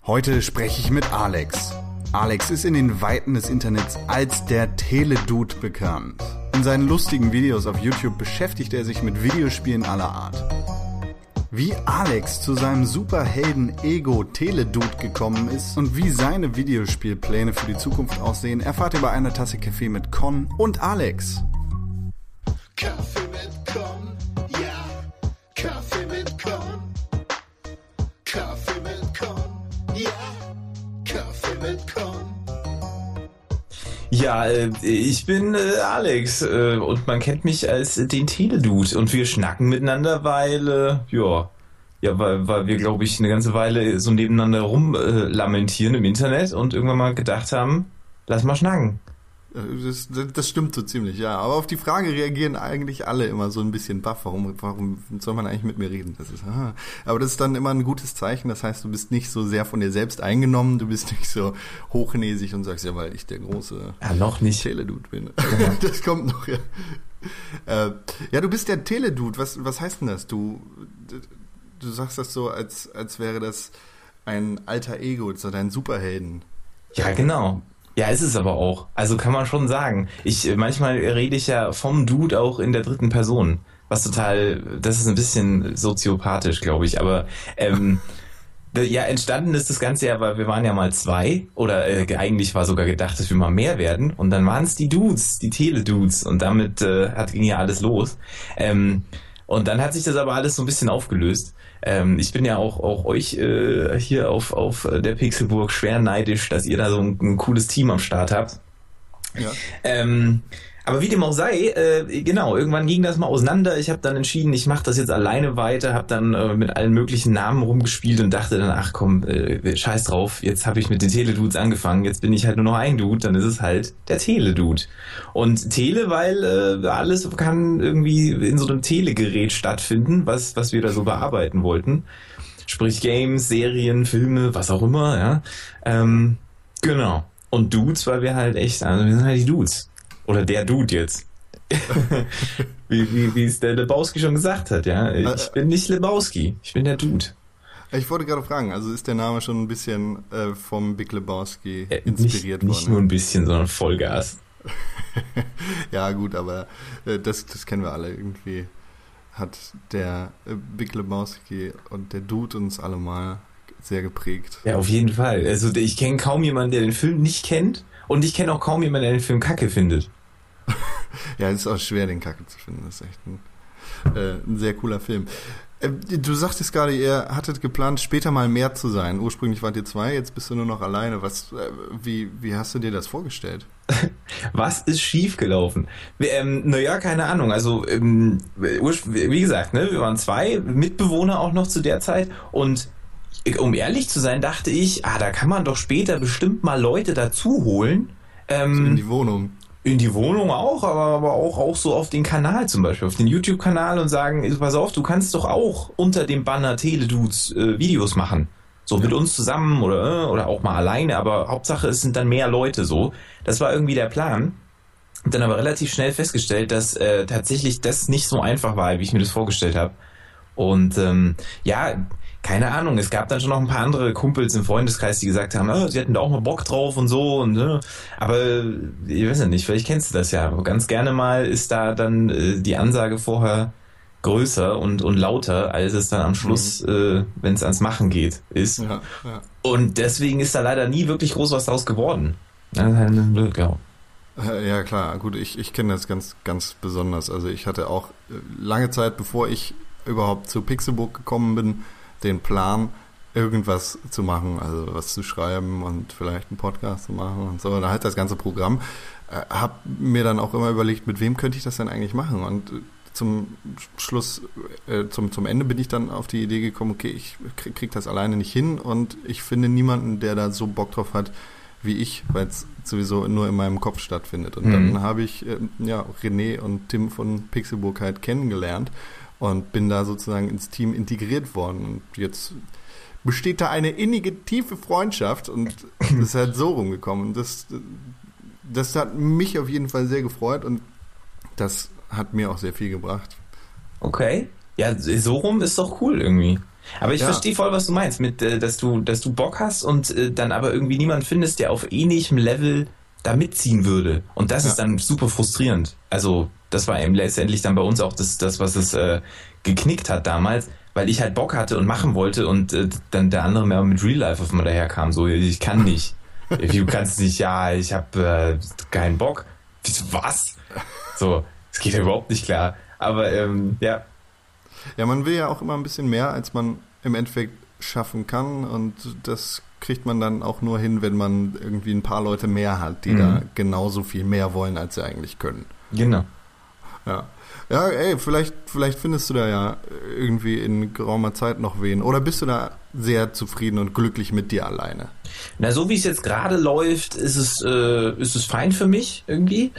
Heute spreche ich mit Alex. Alex ist in den Weiten des Internets als der Teledude bekannt. In seinen lustigen Videos auf YouTube beschäftigt er sich mit Videospielen aller Art. Wie Alex zu seinem Superhelden-Ego Teledude gekommen ist und wie seine Videospielpläne für die Zukunft aussehen, erfahrt ihr bei einer Tasse Kaffee mit Con und Alex. Kaffee mit Con, ja, Kaffee mit Con. Kaffee mit Con, ja, Kaffee mit Con. Ja, ich bin Alex und man kennt mich als den Teledude und wir schnacken miteinander, weil weil wir, glaube ich, eine ganze Weile so nebeneinander rumlamentieren im Internet und irgendwann mal gedacht haben, lass mal schnacken. Das stimmt so ziemlich, ja. Aber auf die Frage reagieren eigentlich alle immer so ein bisschen baff. Warum soll man eigentlich mit mir reden? Aber das ist dann immer ein gutes Zeichen. Das heißt, du bist nicht so sehr von dir selbst eingenommen. Du bist nicht so hochnäsig und sagst, ja, weil ich der große noch nicht Teledude bin. Das kommt noch, ja. Ja, du bist der Teledude. Was heißt denn das? Du sagst das so, als wäre das ein alter Ego, so dein Superhelden. Ja, genau. Ja, ist es aber auch. Also kann man schon sagen. Manchmal rede ich ja vom Dude auch in der dritten Person. Das ist ein bisschen soziopathisch, glaube ich. Aber entstanden ist das Ganze ja, weil wir waren ja mal zwei. Oder eigentlich war sogar gedacht, dass wir mal mehr werden. Und dann waren es die Dudes, die Teledudes. Und damit ging ja alles los. Und dann hat sich das aber alles so ein bisschen aufgelöst. Ich bin ja auch euch hier auf der Pixelburg schwer neidisch, dass ihr da so ein cooles Team am Start habt. Ja. Aber wie dem auch sei, genau, irgendwann ging das mal auseinander. Ich habe dann entschieden, ich mache das jetzt alleine weiter, habe dann mit allen möglichen Namen rumgespielt und dachte dann, ach komm, scheiß drauf, jetzt habe ich mit den Teledudes angefangen, jetzt bin ich halt nur noch ein Dude, dann ist es halt der Teledude. Und Tele, weil alles kann irgendwie in so einem Telegerät stattfinden, was wir da so bearbeiten wollten. Sprich Games, Serien, Filme, was auch immer, ja. Genau. Und Dudes, weil wir sind halt die Dudes. Oder der Dude jetzt. wie es der Lebowski schon gesagt hat, ja. Ich bin nicht Lebowski, ich bin der Dude. Ich wollte gerade fragen, also ist der Name schon ein bisschen vom Big Lebowski inspiriert worden? Nicht nur ein bisschen, sondern Vollgas. Ja gut, aber das kennen wir alle. Irgendwie hat der Big Lebowski und der Dude uns alle mal sehr geprägt. Ja, auf jeden Fall. Also ich kenne kaum jemanden, der den Film nicht kennt und ich kenne auch kaum jemanden, der den Film kacke findet. Ja, es ist auch schwer, den Kacke zu finden. Das ist echt ein sehr cooler Film. Du sagtest gerade, ihr hattet geplant, später mal mehr zu sein. Ursprünglich wart ihr zwei, jetzt bist du nur noch alleine. Wie hast du dir das vorgestellt? Was ist schiefgelaufen? Keine Ahnung. Also, wie gesagt, ne, wir waren zwei Mitbewohner auch noch zu der Zeit und um ehrlich zu sein, dachte ich, da kann man doch später bestimmt mal Leute dazu holen. In die Wohnung. In die Wohnung auch, aber auch so auf den Kanal zum Beispiel, auf den YouTube-Kanal und sagen, pass auf, du kannst doch auch unter dem Banner Teledudes Videos machen. So mit uns zusammen oder auch mal alleine, aber Hauptsache es sind dann mehr Leute so. Das war irgendwie der Plan. Hab dann aber relativ schnell festgestellt, dass tatsächlich das nicht so einfach war, wie ich mir das vorgestellt habe. Und keine Ahnung, es gab dann schon noch ein paar andere Kumpels im Freundeskreis, die gesagt haben, sie hätten da auch mal Bock drauf und so. Aber ich weiß ja nicht, vielleicht kennst du das ja. Ganz gerne mal ist da dann die Ansage vorher größer und lauter, als es dann am Schluss, wenn es ans Machen geht, ist. Ja. Und deswegen ist da leider nie wirklich groß was draus geworden. Das ist halt ein Glück, ja. Ja klar, gut, ich kenne das ganz, ganz besonders. Also ich hatte auch lange Zeit, bevor ich überhaupt zu Pixelburg gekommen bin, den Plan, irgendwas zu machen, also was zu schreiben und vielleicht einen Podcast zu machen und so. Da halt das ganze Programm. Hab mir dann auch immer überlegt, mit wem könnte ich das denn eigentlich machen? Und zum Schluss, zum Ende bin ich dann auf die Idee gekommen, okay, ich krieg das alleine nicht hin und ich finde niemanden, der da so Bock drauf hat wie ich, weil es sowieso nur in meinem Kopf stattfindet. Und dann habe ich René und Tim von Pixelburg halt kennengelernt und bin da sozusagen ins Team integriert worden. Und jetzt besteht da eine innige, tiefe Freundschaft und das ist halt so rumgekommen. Und das hat mich auf jeden Fall sehr gefreut und das hat mir auch sehr viel gebracht. Okay. Ja, so rum ist doch cool irgendwie. Aber ich Ja. verstehe voll, was du meinst, mit, dass du Bock hast und dann aber irgendwie niemand findest, der auf ähnlichem Level da mitziehen würde. Und das Ja. ist dann super frustrierend. Also, das war eben letztendlich dann bei uns auch das was es geknickt hat damals, weil ich halt Bock hatte und machen wollte und dann der andere mehr mit Real Life auf einmal daherkam. So, ich kann nicht. Du kannst nicht, ja, ich habe keinen Bock. Was? So, es geht ja überhaupt nicht klar. Aber ja. Ja, man will ja auch immer ein bisschen mehr, als man im Endeffekt schaffen kann, und das kriegt man dann auch nur hin, wenn man irgendwie ein paar Leute mehr hat, die da genauso viel mehr wollen, als sie eigentlich können. Genau. Ja. Ja, ey, vielleicht findest du da ja irgendwie in geraumer Zeit noch wen. Oder bist du da sehr zufrieden und glücklich mit dir alleine? Na, so wie es jetzt gerade läuft, ist es fein für mich irgendwie.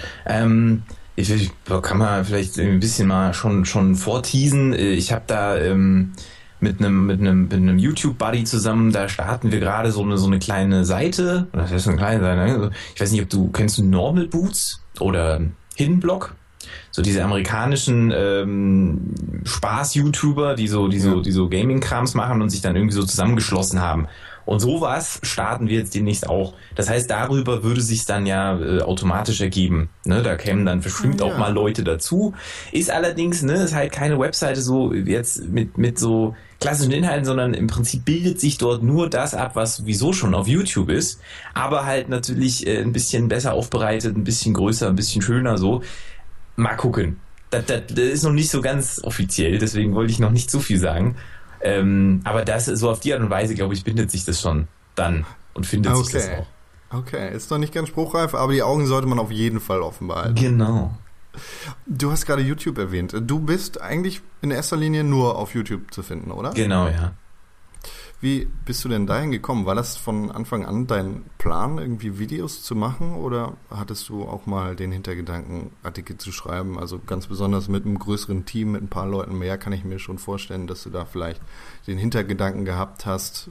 Ich kann man vielleicht ein bisschen mal schon vorteasen. Ich habe da mit einem YouTube-Buddy zusammen, da starten wir gerade so eine kleine Seite. Das ist eine kleine Seite. Also, ich weiß nicht, kennst du Normal Boots oder Hidden Block? So diese amerikanischen Spaß-YouTuber, die so Gaming-Krams machen und sich dann irgendwie so zusammengeschlossen haben. Und sowas starten wir jetzt demnächst auch. Das heißt, darüber würde sich dann ja automatisch ergeben. Ne? Da kämen dann bestimmt auch mal Leute dazu. Ist allerdings, ist halt keine Webseite so jetzt mit so klassischen Inhalten, sondern im Prinzip bildet sich dort nur das ab, was sowieso schon auf YouTube ist. Aber halt natürlich ein bisschen besser aufbereitet, ein bisschen größer, ein bisschen schöner so. Mal gucken. Das ist noch nicht so ganz offiziell, deswegen wollte ich noch nicht zu viel sagen. Aber das so auf die Art und Weise, glaube ich, bindet sich das schon dann und findet sich das auch. Okay, ist noch nicht ganz spruchreif, aber die Augen sollte man auf jeden Fall offen behalten. Genau. Du hast gerade YouTube erwähnt. Du bist eigentlich in erster Linie nur auf YouTube zu finden, oder? Genau, ja. Wie bist du denn dahin gekommen? War das von Anfang an dein Plan, irgendwie Videos zu machen, oder hattest du auch mal den Hintergedanken, Artikel zu schreiben? Also ganz besonders mit einem größeren Team, mit ein paar Leuten mehr, kann ich mir schon vorstellen, dass du da vielleicht den Hintergedanken gehabt hast,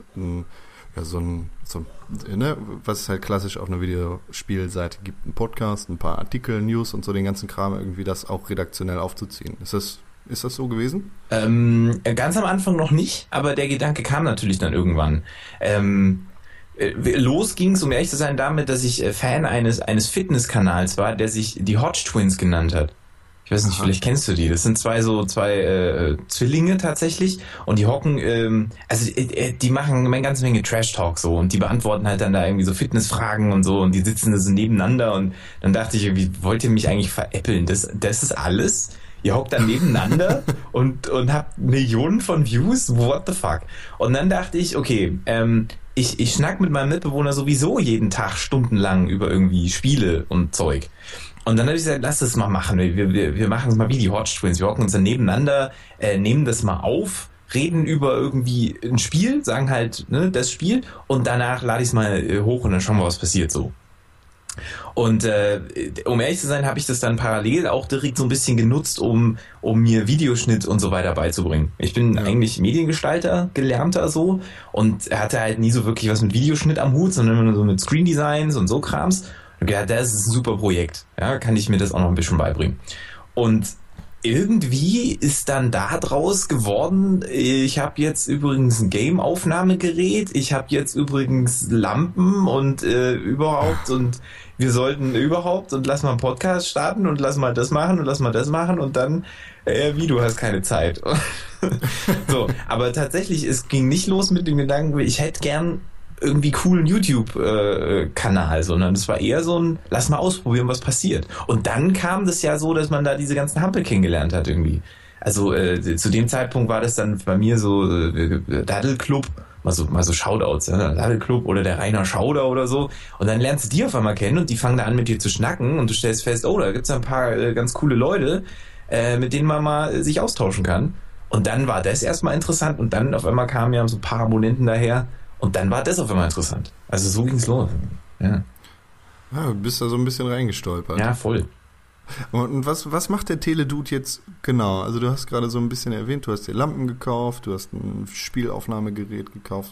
was es halt klassisch auf einer Videospielseite gibt, einen Podcast, ein paar Artikel, News und so den ganzen Kram, irgendwie das auch redaktionell aufzuziehen. Ist das so gewesen? Ganz am Anfang noch nicht, aber der Gedanke kam natürlich dann irgendwann. Los ging es, um ehrlich zu sein, damit, dass ich Fan eines Fitnesskanals war, der sich die Hodge Twins genannt hat. Ich weiß nicht, vielleicht kennst du die. Das sind zwei Zwillinge tatsächlich und die hocken, die machen eine ganze Menge Trash-Talk so und die beantworten halt dann da irgendwie so Fitnessfragen und so und die sitzen da so nebeneinander und dann dachte ich irgendwie, wollt ihr mich eigentlich veräppeln? Das ist alles? Ihr hockt dann nebeneinander und habt Millionen von Views? What the fuck? Und dann dachte ich, okay, ich schnack mit meinem Mitbewohner sowieso jeden Tag stundenlang über irgendwie Spiele und Zeug. Und dann habe ich gesagt, lass das mal machen. Wir machen es mal wie die Hodge Twins. Wir hocken uns dann nebeneinander, nehmen das mal auf, reden über irgendwie ein Spiel, sagen halt, das Spiel und danach lade ich es mal hoch und dann schauen wir, was passiert so. Und um ehrlich zu sein, habe ich das dann parallel auch direkt so ein bisschen genutzt, um mir Videoschnitt und so weiter beizubringen. Ich bin eigentlich Mediengestalter, Gelernter so und hatte halt nie so wirklich was mit Videoschnitt am Hut, sondern immer so mit Screen Designs und so Krams. Und ja, das ist ein super Projekt. Ja, kann ich mir das auch noch ein bisschen beibringen. Und irgendwie ist dann da draus geworden, ich habe jetzt übrigens ein Game-Aufnahmegerät, ich habe jetzt übrigens Lampen und überhaupt und wir sollten überhaupt und lass mal einen Podcast starten und lass mal das machen und lass mal das machen und dann, du hast keine Zeit. So, aber tatsächlich, es ging nicht los mit dem Gedanken, ich hätte gern irgendwie coolen YouTube-Kanal, sondern es war eher so ein, lass mal ausprobieren, was passiert. Und dann kam das ja so, dass man da diese ganzen Hampel kennengelernt hat irgendwie. Also zu dem Zeitpunkt war das dann bei mir so Daddelclub, mal so Shoutouts, ja, Daddelclub oder der Rainer Schauder oder so. Und dann lernst du die auf einmal kennen und die fangen da an mit dir zu schnacken und du stellst fest, oh, da gibt's ein paar ganz coole Leute, mit denen man mal sich austauschen kann. Und dann war das erstmal interessant und dann auf einmal kamen ja so ein paar Abonnenten daher. Und dann war das auf einmal interessant. Also so ging's los. Ja. Ja, du bist da so ein bisschen reingestolpert. Ja, voll. Und was macht der Teledude jetzt genau? Also du hast gerade so ein bisschen erwähnt, du hast dir Lampen gekauft, du hast ein Spielaufnahmegerät gekauft,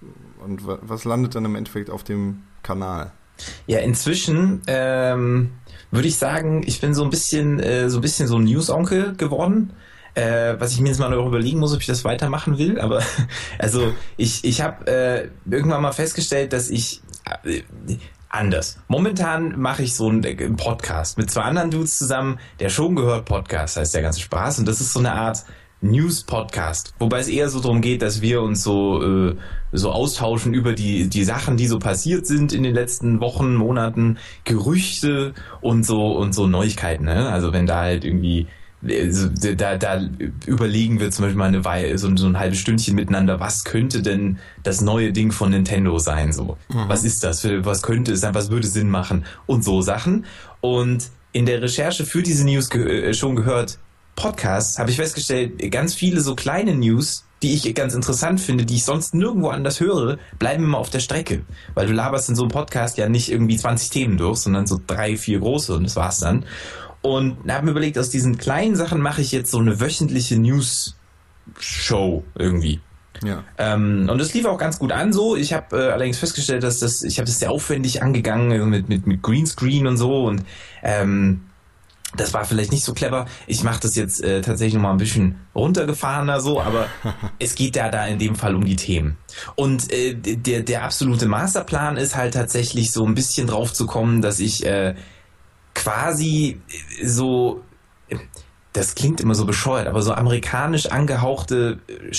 was landet dann im Endeffekt auf dem Kanal? Ja, inzwischen würde ich sagen, ich bin so ein bisschen so ein News-Onkel geworden. was ich mir jetzt mal noch überlegen muss, ob ich das weitermachen will. Aber also ich habe irgendwann mal festgestellt, dass ich anders. Momentan mache ich so einen Podcast mit 2 anderen Dudes zusammen, der Schon gehört Podcast, heißt der ganze Spaß. Und das ist so eine Art News-Podcast, wobei es eher so darum geht, dass wir uns so austauschen über die Sachen, die so passiert sind in den letzten Wochen, Monaten, Gerüchte und so Neuigkeiten. Ne? Also wenn da halt irgendwie da überlegen wir zum Beispiel mal eine Weile, so ein halbes Stündchen miteinander, was könnte denn das neue Ding von Nintendo sein? So, was ist das? Was könnte es sein? Was würde Sinn machen? Und so Sachen. Und in der Recherche für diese News schon gehört Podcasts habe ich festgestellt, ganz viele so kleine News, die ich ganz interessant finde, die ich sonst nirgendwo anders höre, bleiben immer auf der Strecke. Weil du laberst in so einem Podcast ja nicht irgendwie 20 Themen durch, sondern so 3, 4 große und das war's dann. Und habe mir überlegt, aus diesen kleinen Sachen mache ich jetzt so eine wöchentliche News-Show irgendwie. Ja. Und das lief auch ganz gut an so. Ich habe allerdings festgestellt, ich habe das sehr aufwendig angegangen mit Greenscreen und so und das war vielleicht nicht so clever. Ich mache das jetzt tatsächlich noch mal ein bisschen runtergefahrener so, aber es geht ja da in dem Fall um die Themen. Und der absolute Masterplan ist halt tatsächlich so ein bisschen drauf zu kommen, dass ich quasi so, das klingt immer so bescheuert, aber so amerikanisch angehauchte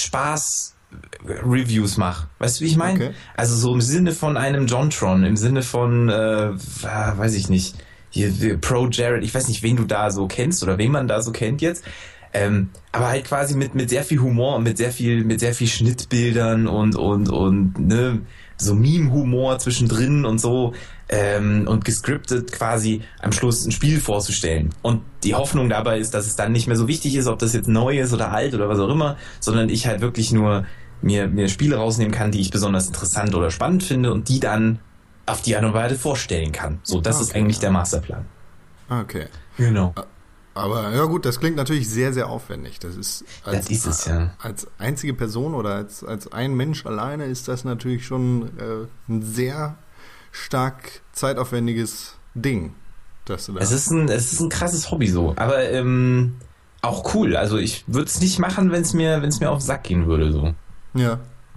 Spaß-Reviews mache. Weißt du, wie ich meine? Okay. Also so im Sinne von einem Jontron, im Sinne von, weiß ich nicht, hier Pro Jared, ich weiß nicht, wen du da so kennst oder wen man da so kennt jetzt. Aber halt quasi mit sehr viel Humor und mit sehr viel Schnittbildern und ne, so Meme-Humor zwischendrin und so und gescriptet quasi am Schluss ein Spiel vorzustellen. Und die Hoffnung dabei ist, dass es dann nicht mehr so wichtig ist, ob das jetzt neu ist oder alt oder was auch immer, sondern ich halt wirklich nur mir Spiele rausnehmen kann, die ich besonders interessant oder spannend finde und die dann auf die Art und Weise vorstellen kann. So, das ist eigentlich der Masterplan. Okay. Genau. Aber ja gut, das klingt natürlich sehr, sehr aufwendig. Das ist als einzige Person oder als ein Mensch alleine ist das natürlich schon ein sehr stark zeitaufwendiges Ding. Das du da es ist ein krasses Hobby so, aber auch cool. Also ich würde es nicht machen, wenn es mir auf den Sack gehen würde. So. Ja.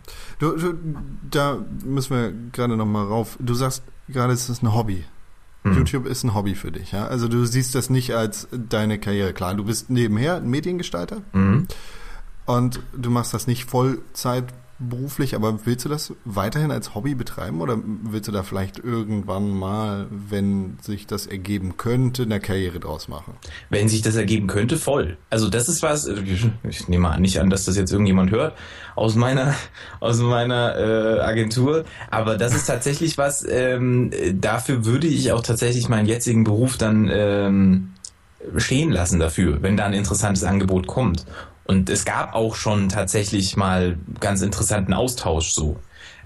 Da müssen wir gerade noch mal rauf. Du sagst gerade, es ist ein Hobby. YouTube ist ein Hobby für dich, ja? Also du siehst das nicht als deine Karriere. Klar, du bist nebenher Mediengestalter und du machst das nicht Vollzeit beruflich, aber willst du das weiterhin als Hobby betreiben oder willst du da vielleicht irgendwann mal, wenn sich das ergeben könnte, eine Karriere draus machen? Wenn sich das ergeben könnte, voll. Also das ist was, ich nehme mal nicht an, dass das jetzt irgendjemand hört aus meiner Agentur, aber das ist tatsächlich was, dafür würde ich auch tatsächlich meinen jetzigen Beruf dann stehen lassen dafür, wenn da ein interessantes Angebot kommt. Und es gab auch schon tatsächlich mal ganz interessanten Austausch so.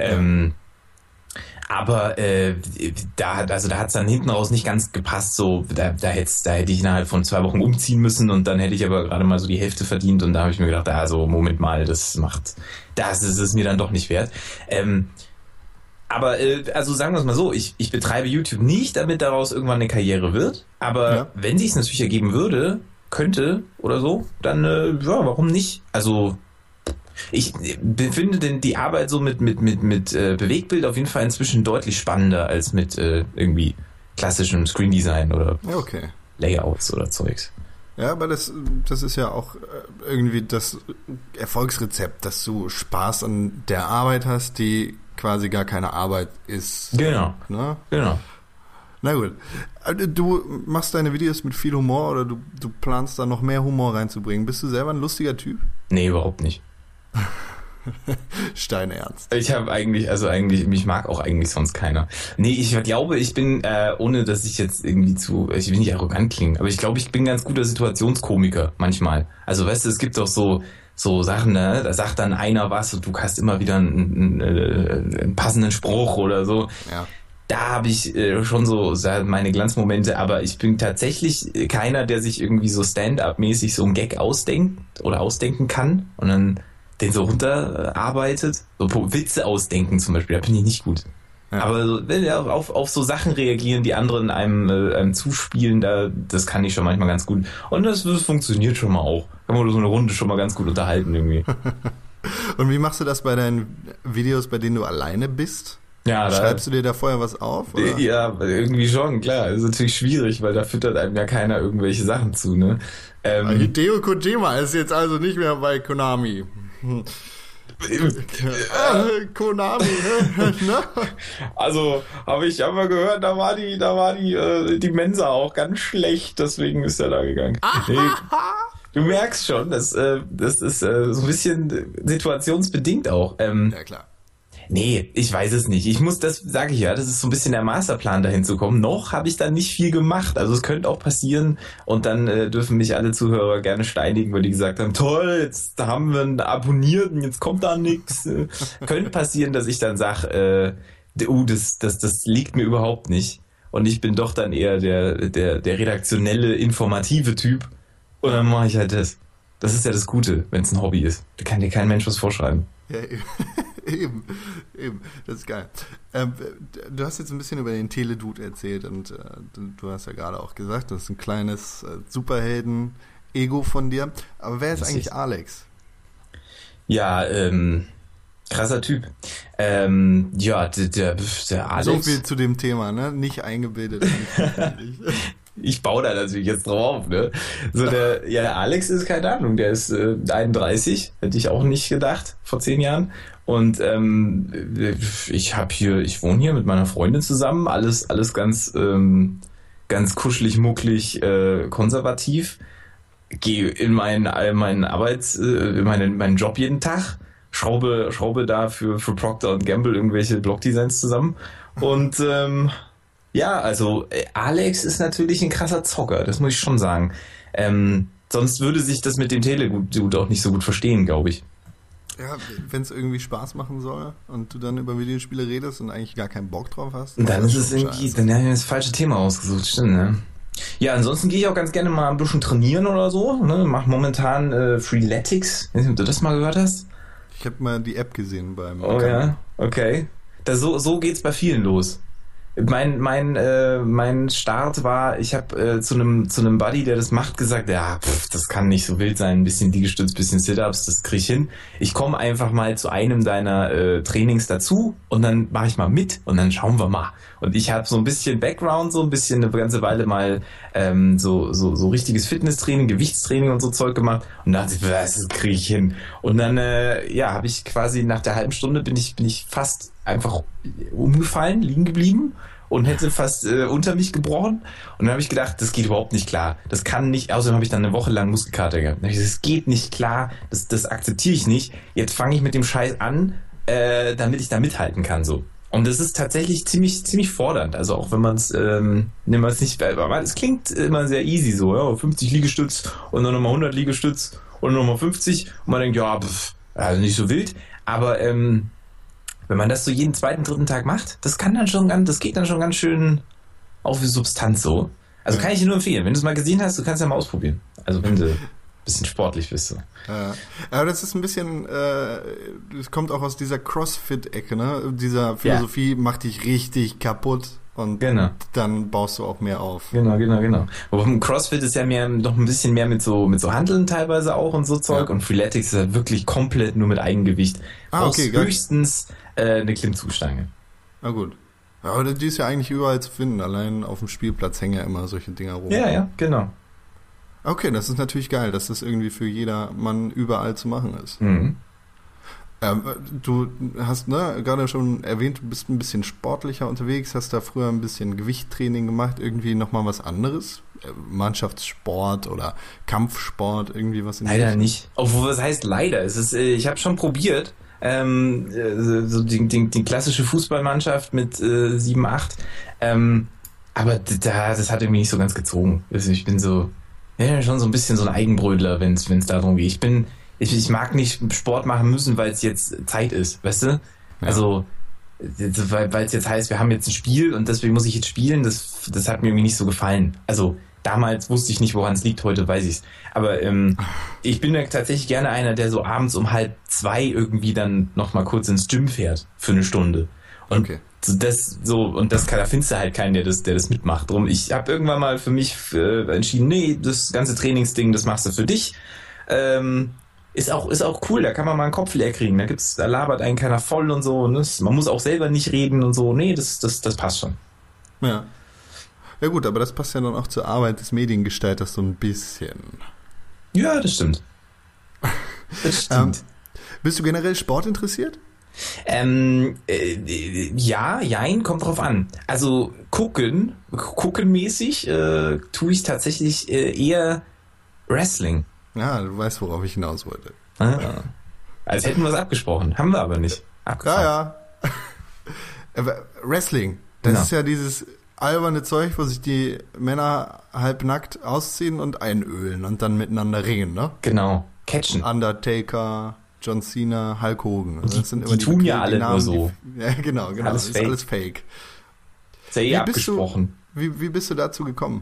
Aber da hat es dann hinten raus nicht ganz gepasst. So, da hätte ich innerhalb von 2 Wochen umziehen müssen und dann hätte ich aber gerade mal so die Hälfte verdient und da habe ich mir gedacht, also Moment mal, das ist es mir dann doch nicht wert. Aber also sagen wir es mal so, ich betreibe YouTube nicht, damit daraus irgendwann eine Karriere wird. Aber wenn sich es natürlich ergeben würde, könnte oder so, dann warum nicht? Also ich finde denn die Arbeit so mit Bewegtbild auf jeden Fall inzwischen deutlich spannender als mit irgendwie klassischem Screen Design oder Layouts oder Zeugs. Ja, aber das ist ja auch irgendwie das Erfolgsrezept, dass du Spaß an der Arbeit hast, die quasi gar keine Arbeit ist. Genau. Ne? Genau. Na gut. Du machst deine Videos mit viel Humor oder du planst da noch mehr Humor reinzubringen. Bist du selber ein lustiger Typ? Nee, überhaupt nicht. Steinernst. Ich habe mich mag auch eigentlich sonst keiner. Nee, ich glaube, ich bin, ohne dass ich jetzt irgendwie ich will nicht arrogant klingen, aber ich glaube, ich bin ein ganz guter Situationskomiker manchmal. Also weißt du, es gibt doch so Sachen, ne? Da sagt dann einer was und du hast immer wieder einen passenden Spruch oder so. Ja. Da habe ich schon so meine Glanzmomente, aber ich bin tatsächlich keiner, der sich irgendwie so Stand-up-mäßig so einen Gag ausdenken kann und dann den so runterarbeitet. So Witze ausdenken zum Beispiel, da bin ich nicht gut. Ja. Aber so, wenn wir auf so Sachen reagieren, die anderen einem zuspielen, das kann ich schon manchmal ganz gut. Und das funktioniert schon mal auch. Kann man so eine Runde schon mal ganz gut unterhalten irgendwie. Und wie machst du das bei deinen Videos, bei denen du alleine bist? Ja, Schreibst du dir da vorher was auf? Oder? Ja, irgendwie schon, klar. Das ist natürlich schwierig, weil da füttert einem ja keiner irgendwelche Sachen zu, ne? Hideo Kojima ist jetzt also nicht mehr bei Konami. Konami, ne? Also, habe ich aber gehört, da war die Mensa auch ganz schlecht, deswegen ist er da gegangen. Nee, du merkst schon, das ist so ein bisschen situationsbedingt auch. Ja, klar. Nee, ich weiß es nicht. Das sage ich ja, das ist so ein bisschen der Masterplan, dahin zu kommen. Noch habe ich da nicht viel gemacht. Also es könnte auch passieren und dann dürfen mich alle Zuhörer gerne steinigen, weil die gesagt haben, toll, jetzt haben wir einen Abonnierten, jetzt kommt da nichts. Könnte passieren, dass ich dann sage, das liegt mir überhaupt nicht. Und ich bin doch dann eher der redaktionelle, informative Typ. Und dann mache ich halt das. Das ist ja das Gute, wenn es ein Hobby ist. Da kann dir kein Mensch was vorschreiben. Ja, eben. Das ist geil. Du hast jetzt ein bisschen über den Teledude erzählt und du hast ja gerade auch gesagt, das ist ein kleines Superhelden-Ego von dir. Aber wer ist eigentlich Alex? Ja, krasser Typ. Ja, der Alex. So viel zu dem Thema, ne? Nicht eingebildet. Ich baue da natürlich jetzt drauf, ne? So der Alex ist, keine Ahnung, der ist 31, hätte ich auch nicht gedacht, vor 10 Jahren. Und ich wohne hier mit meiner Freundin zusammen, alles ganz kuschelig, mucklig, konservativ. Gehe in meinen Job jeden Tag, schraube da für Procter & Gamble irgendwelche Blogdesigns zusammen. Und ja, also Alex ist natürlich ein krasser Zocker, das muss ich schon sagen. Sonst würde sich das mit dem Teledude auch nicht so gut verstehen, glaube ich. Ja, wenn es irgendwie Spaß machen soll und du dann über Videospiele redest und eigentlich gar keinen Bock drauf hast. Dann ist es irgendwie, dann haben wir das falsche Thema ausgesucht, stimmt, ne? Ja, ansonsten gehe ich auch ganz gerne mal ein bisschen trainieren oder so, ne? Mach momentan Freeletics, weiß nicht, ob du das mal gehört hast. Ich habe mal die App gesehen beim... Oh ja, okay. So geht's bei vielen los. Mein Start war, ich habe zu einem Buddy, der das macht, gesagt, ja, das kann nicht so wild sein, ein bisschen Liegestütz, bisschen Sit-Ups, das krieg ich hin. Ich komme einfach mal zu einem deiner Trainings dazu und dann mache ich mal mit und dann schauen wir mal. Und ich habe so ein bisschen Background, so ein bisschen eine ganze Weile mal so richtiges Fitnesstraining, Gewichtstraining und so Zeug gemacht und dachte, das kriege ich hin. Und dann habe ich quasi nach der halben Stunde bin ich fast einfach umgefallen, liegen geblieben und hätte fast unter mich gebrochen. Und dann habe ich gedacht, das geht überhaupt nicht klar. Das kann nicht, außerdem habe ich dann eine Woche lang Muskelkater gehabt. Dann habe ich gesagt, das geht nicht klar, das akzeptiere ich nicht. Jetzt fange ich mit dem Scheiß an, damit ich da mithalten kann so. Und das ist tatsächlich ziemlich fordernd. Also auch wenn man es nicht, aber es klingt immer sehr easy so, ja, 50 Liegestütz und dann nochmal 100 Liegestütz und nochmal 50 und man denkt, ja, also nicht so wild, aber wenn man das so jeden zweiten, dritten Tag macht, das geht dann schon ganz schön auf die Substanz so. Also kann ich dir nur empfehlen. Wenn du es mal gesehen hast, du kannst ja mal ausprobieren. Also wenn du ein bisschen sportlich bist. So. Ja, aber das ist ein bisschen, das kommt auch aus dieser CrossFit-Ecke, ne? Dieser Philosophie macht dich richtig kaputt und dann baust du auch mehr auf. Genau. Aber im CrossFit ist ja noch ein bisschen mehr mit so Hanteln teilweise auch und so Zeug und Freeletics ist ja wirklich komplett nur mit Eigengewicht. Okay, höchstens eine Klimmzugstange. Na gut. Ja, aber die ist ja eigentlich überall zu finden. Allein auf dem Spielplatz hängen ja immer solche Dinger rum. Ja, genau. Okay, das ist natürlich geil, dass das irgendwie für jedermann überall zu machen ist. Mhm. Du hast gerade schon erwähnt, du bist ein bisschen sportlicher unterwegs, hast da früher ein bisschen Gewichttraining gemacht, irgendwie nochmal was anderes? Mannschaftssport oder Kampfsport, irgendwie was in Leider nicht. Obwohl, was heißt leider? Ich habe schon probiert, so die klassische Fußballmannschaft mit 7, 8, aber das hat irgendwie nicht so ganz gezogen. Also ich bin schon so ein bisschen so ein Eigenbrötler, wenn es darum geht. Ich mag nicht Sport machen müssen, weil es jetzt Zeit ist, weißt du? Ja. Also, weil es jetzt heißt, wir haben jetzt ein Spiel und deswegen muss ich jetzt spielen, das hat mir irgendwie nicht so gefallen. Also, damals wusste ich nicht, woran es liegt, heute weiß ich's. Aber ich bin ja tatsächlich gerne einer, der so abends um 1:30 irgendwie dann nochmal kurz ins Gym fährt für eine Stunde. Und Da findest du halt keinen, der das mitmacht. Drum, ich habe irgendwann mal für mich entschieden, nee, das ganze Trainingsding, das machst du für dich. Ist auch cool, da kann man mal einen Kopf leer kriegen. Da labert einen keiner voll und so. Ne? Man muss auch selber nicht reden und so. Nee, das passt schon. Ja. Ja gut, aber das passt ja dann auch zur Arbeit des Mediengestalters so ein bisschen. Ja, das stimmt. Das stimmt. Bist du generell Sport interessiert? Ja, jein, kommt drauf an. Also guckenmäßig tue ich tatsächlich eher Wrestling. Ja, du weißt, worauf ich hinaus wollte. Ah. Als hätten wir es abgesprochen. Haben wir aber nicht. Ja. Aber Wrestling, das ist ja dieses alberne Zeug, wo sich die Männer halbnackt ausziehen und einölen und dann miteinander ringen, ne? Genau. Catchen. Undertaker, John Cena, Hulk Hogan. Also das sind immer die tun ja alle Namen, nur so. Ja, genau. Alles das ist alles fake. Ist ja eh abgesprochen. Wie bist du dazu gekommen?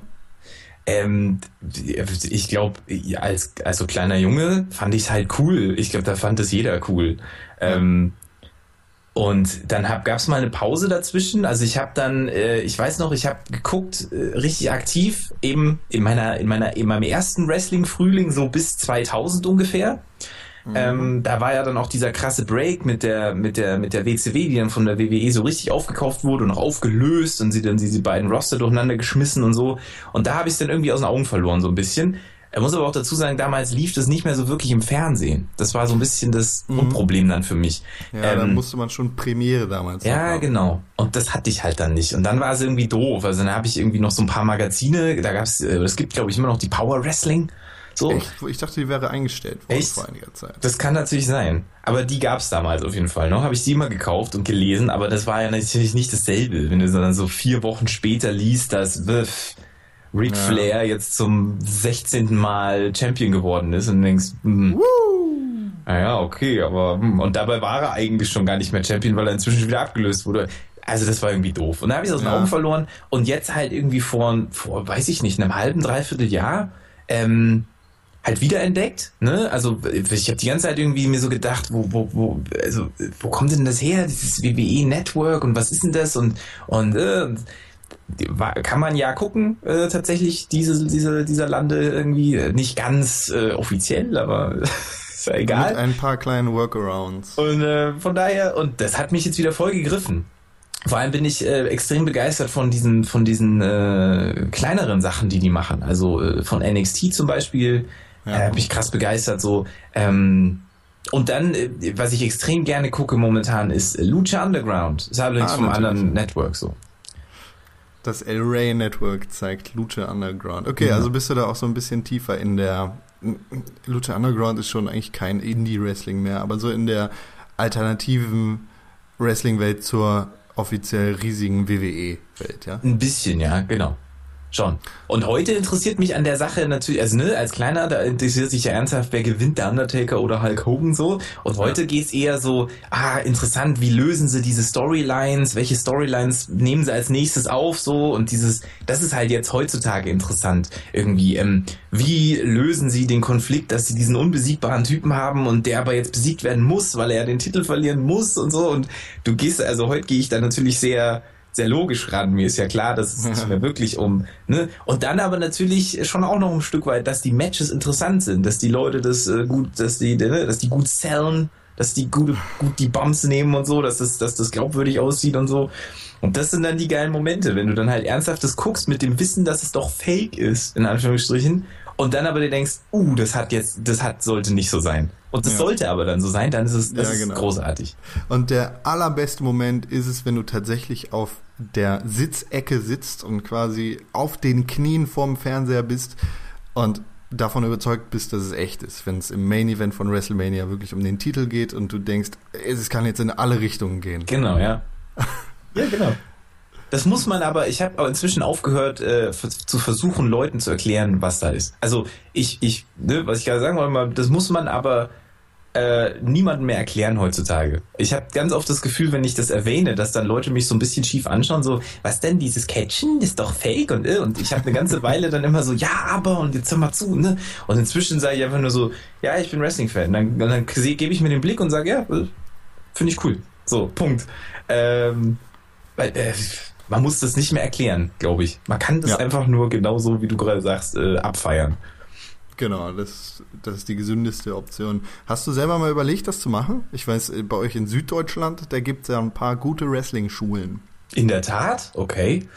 Ich glaube, als kleiner Junge fand ich es halt cool. Ich glaube, da fand es jeder cool. Und dann gab's mal eine Pause dazwischen. Also ich habe dann, ich weiß noch, ich habe geguckt, richtig aktiv, eben in meinem ersten Wrestling-Frühling, so bis 2000 ungefähr. Da war ja dann auch dieser krasse Break mit der WCW, die dann von der WWE so richtig aufgekauft wurde und auch aufgelöst und sie dann diese beiden Roster durcheinander geschmissen und so. Und da habe ich es dann irgendwie aus den Augen verloren, so ein bisschen. Er muss aber auch dazu sagen, damals lief das nicht mehr so wirklich im Fernsehen. Das war so ein bisschen das Grundproblem dann für mich. Ja, da musste man schon Premiere damals Ja, genau. Und das hatte ich halt dann nicht. Und dann war es irgendwie doof. Also dann habe ich irgendwie noch so ein paar Magazine. Es gibt, glaube ich, immer noch die Power Wrestling. So. Echt? Ich dachte, die wäre eingestellt worden vor einiger Zeit. Das kann natürlich sein. Aber die gab es damals auf jeden Fall noch. Habe ich die immer gekauft und gelesen. Aber das war ja natürlich nicht dasselbe. Wenn du dann so 4 Wochen später liest, dass Ric Flair jetzt zum 16. Mal Champion geworden ist und denkst, naja, okay, aber und dabei war er eigentlich schon gar nicht mehr Champion, weil er inzwischen schon wieder abgelöst wurde. Also das war irgendwie doof. Und da habe ich es aus den Augen verloren. Und jetzt halt irgendwie vor, weiß ich nicht, einem halben, dreiviertel Jahr, halt wiederentdeckt, ne? Also ich habe die ganze Zeit irgendwie mir so gedacht, wo kommt denn das her, dieses WWE Network und was ist denn das und kann man ja gucken, tatsächlich dieser Lande irgendwie nicht ganz offiziell, aber ist ja egal. Mit ein paar kleinen Workarounds. Und von daher, und das hat mich jetzt wieder voll gegriffen. Vor allem bin ich extrem begeistert von diesen kleineren Sachen, die machen. Also von NXT zum Beispiel, bin ich krass begeistert. So. Und dann, was ich extrem gerne gucke momentan, ist Lucha Underground. Das ist allerdings vom anderen Network so. Das El Rey Network zeigt Lucha Underground. Okay, also bist du da auch so ein bisschen tiefer in der... Lucha Underground ist schon eigentlich kein Indie-Wrestling mehr, aber so in der alternativen Wrestling-Welt zur offiziell riesigen WWE-Welt, ja? Ein bisschen, ja, genau. Schon. Und heute interessiert mich an der Sache natürlich, also ne, als Kleiner, da interessiert sich ja ernsthaft, wer gewinnt, der Undertaker oder Hulk Hogan so. Und heute geht's eher so, interessant, wie lösen sie diese Storylines, welche Storylines nehmen sie als nächstes auf so und das ist halt jetzt heutzutage interessant irgendwie. Wie lösen sie den Konflikt, dass sie diesen unbesiegbaren Typen haben und der aber jetzt besiegt werden muss, weil er den Titel verlieren muss und so. Und heute gehe ich da natürlich sehr logisch ran. Mir ist ja klar, dass es nicht mehr wirklich ne? Und dann aber natürlich schon auch noch ein Stück weit, dass die Matches interessant sind, dass die Leute dass die gut sellen, dass die gut die Bumps nehmen und so, dass das glaubwürdig aussieht und so. Und das sind dann die geilen Momente, wenn du dann halt ernsthaft das guckst mit dem Wissen, dass es doch fake ist, in Anführungsstrichen, und dann aber dir denkst, sollte nicht so sein. Und das sollte aber dann so sein, dann ist es großartig. Und der allerbeste Moment ist es, wenn du tatsächlich auf der Sitzecke sitzt und quasi auf den Knien vorm Fernseher bist und davon überzeugt bist, dass es echt ist. Wenn es im Main Event von WrestleMania wirklich um den Titel geht und du denkst, es kann jetzt in alle Richtungen gehen. Genau, ja. Ja, genau. Das muss man aber, ich habe inzwischen aufgehört, zu versuchen, Leuten zu erklären, was da ist. Also was ich gerade sagen wollte, das muss man aber niemandem mehr erklären heutzutage. Ich habe ganz oft das Gefühl, wenn ich das erwähne, dass dann Leute mich so ein bisschen schief anschauen, so, was denn, dieses Catchen ist doch fake und ich habe eine ganze Weile dann immer so, ja, aber und jetzt hör mal zu, ne? Und inzwischen sage ich einfach nur so, ja, ich bin Wrestling-Fan. Dann gebe ich mir den Blick und sage, ja, finde ich cool. So, Punkt. Weil, man muss das nicht mehr erklären, glaube ich. Man kann das einfach nur genauso, wie du gerade sagst, abfeiern. Genau, das ist die gesündeste Option. Hast du selber mal überlegt, das zu machen? Ich weiß, bei euch in Süddeutschland, da gibt es ja ein paar gute Wrestling-Schulen. In der Tat? Okay.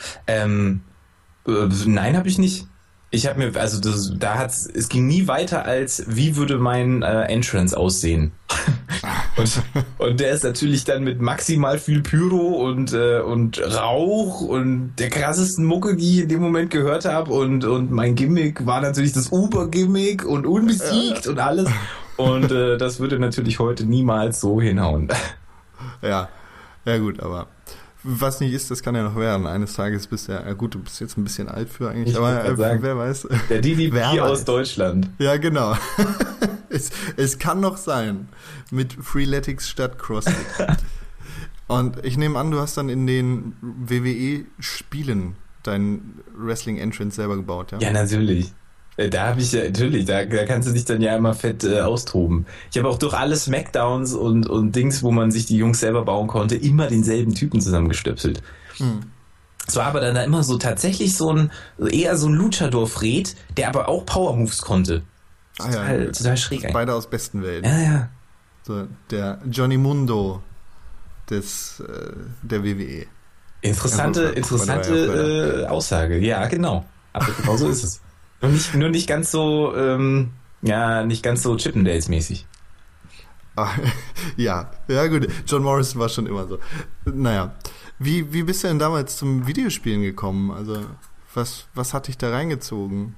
Nein, habe ich nicht. Ich habe mir, also es ging nie weiter als, wie würde mein Entrance aussehen? und der ist natürlich dann mit maximal viel Pyro und Rauch und der krassesten Mucke, die ich in dem Moment gehört habe und mein Gimmick war natürlich das Uber-Gimmick und unbesiegt und alles und das würde natürlich heute niemals so hinhauen. Ja gut, aber was nicht ist, das kann ja noch werden. Eines Tages bist du ja, gut, du bist jetzt ein bisschen alt für eigentlich, aber wer weiß. Der DDP aus Deutschland. Ja, genau. Es kann noch sein. Mit Freeletics statt CrossFit. Und ich nehme an, du hast dann in den WWE-Spielen dein Wrestling-Entrance selber gebaut, ja? Ja, natürlich. Da habe ich ja, natürlich, da kannst du dich dann ja immer fett austoben. Ich habe auch durch alle Smackdowns und Dings, wo man sich die Jungs selber bauen konnte, immer denselben Typen zusammengestöpselt. Es war aber dann da immer so tatsächlich eher so ein Luchador-Fred, der aber auch Power-Moves konnte. Total schräg eigentlich. Beide aus besten Welten. Ja. So, der Johnny Mundo der WWE. Interessante Aussage. Ja, genau. Aber genau so ist es. Nur nicht ganz so, nicht ganz so Chippendales-mäßig. Ja, gut. John Morrison war schon immer so. Naja, wie bist du denn damals zum Videospielen gekommen? Also, was hat dich da reingezogen?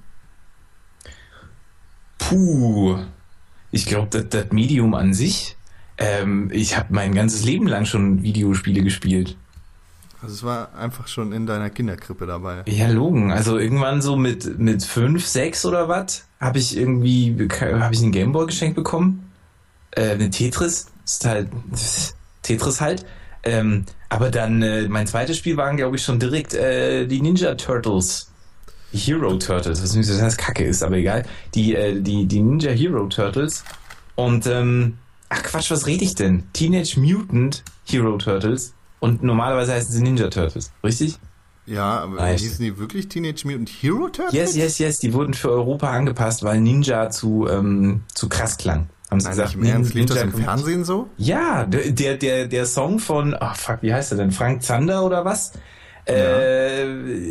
Puh, ich glaube, das Medium an sich, ich habe mein ganzes Leben lang schon Videospiele gespielt. Also es war einfach schon in deiner Kinderkrippe dabei. Ja, Logen. Also irgendwann so mit 5, 6 oder was, habe ich einen Gameboy geschenkt bekommen. Eine Tetris. Ist halt Tetris halt. Aber dann mein zweites Spiel waren, glaube ich, schon direkt die Ninja Turtles. Die Hero Turtles, was nicht so das Kacke ist, aber egal. Die Ninja Hero Turtles. Und Quatsch, was rede ich denn? Teenage Mutant Hero Turtles. Und normalerweise heißen sie Ninja Turtles, richtig? Ja, aber hießen die wirklich Teenage Mutant Hero Turtles? Yes. Die wurden für Europa angepasst, weil Ninja zu krass klang. Haben sie gesagt, im Ernst, lief das im Fernsehen so? Ja, der Song von, wie heißt er denn? Frank Zander oder was? Ja.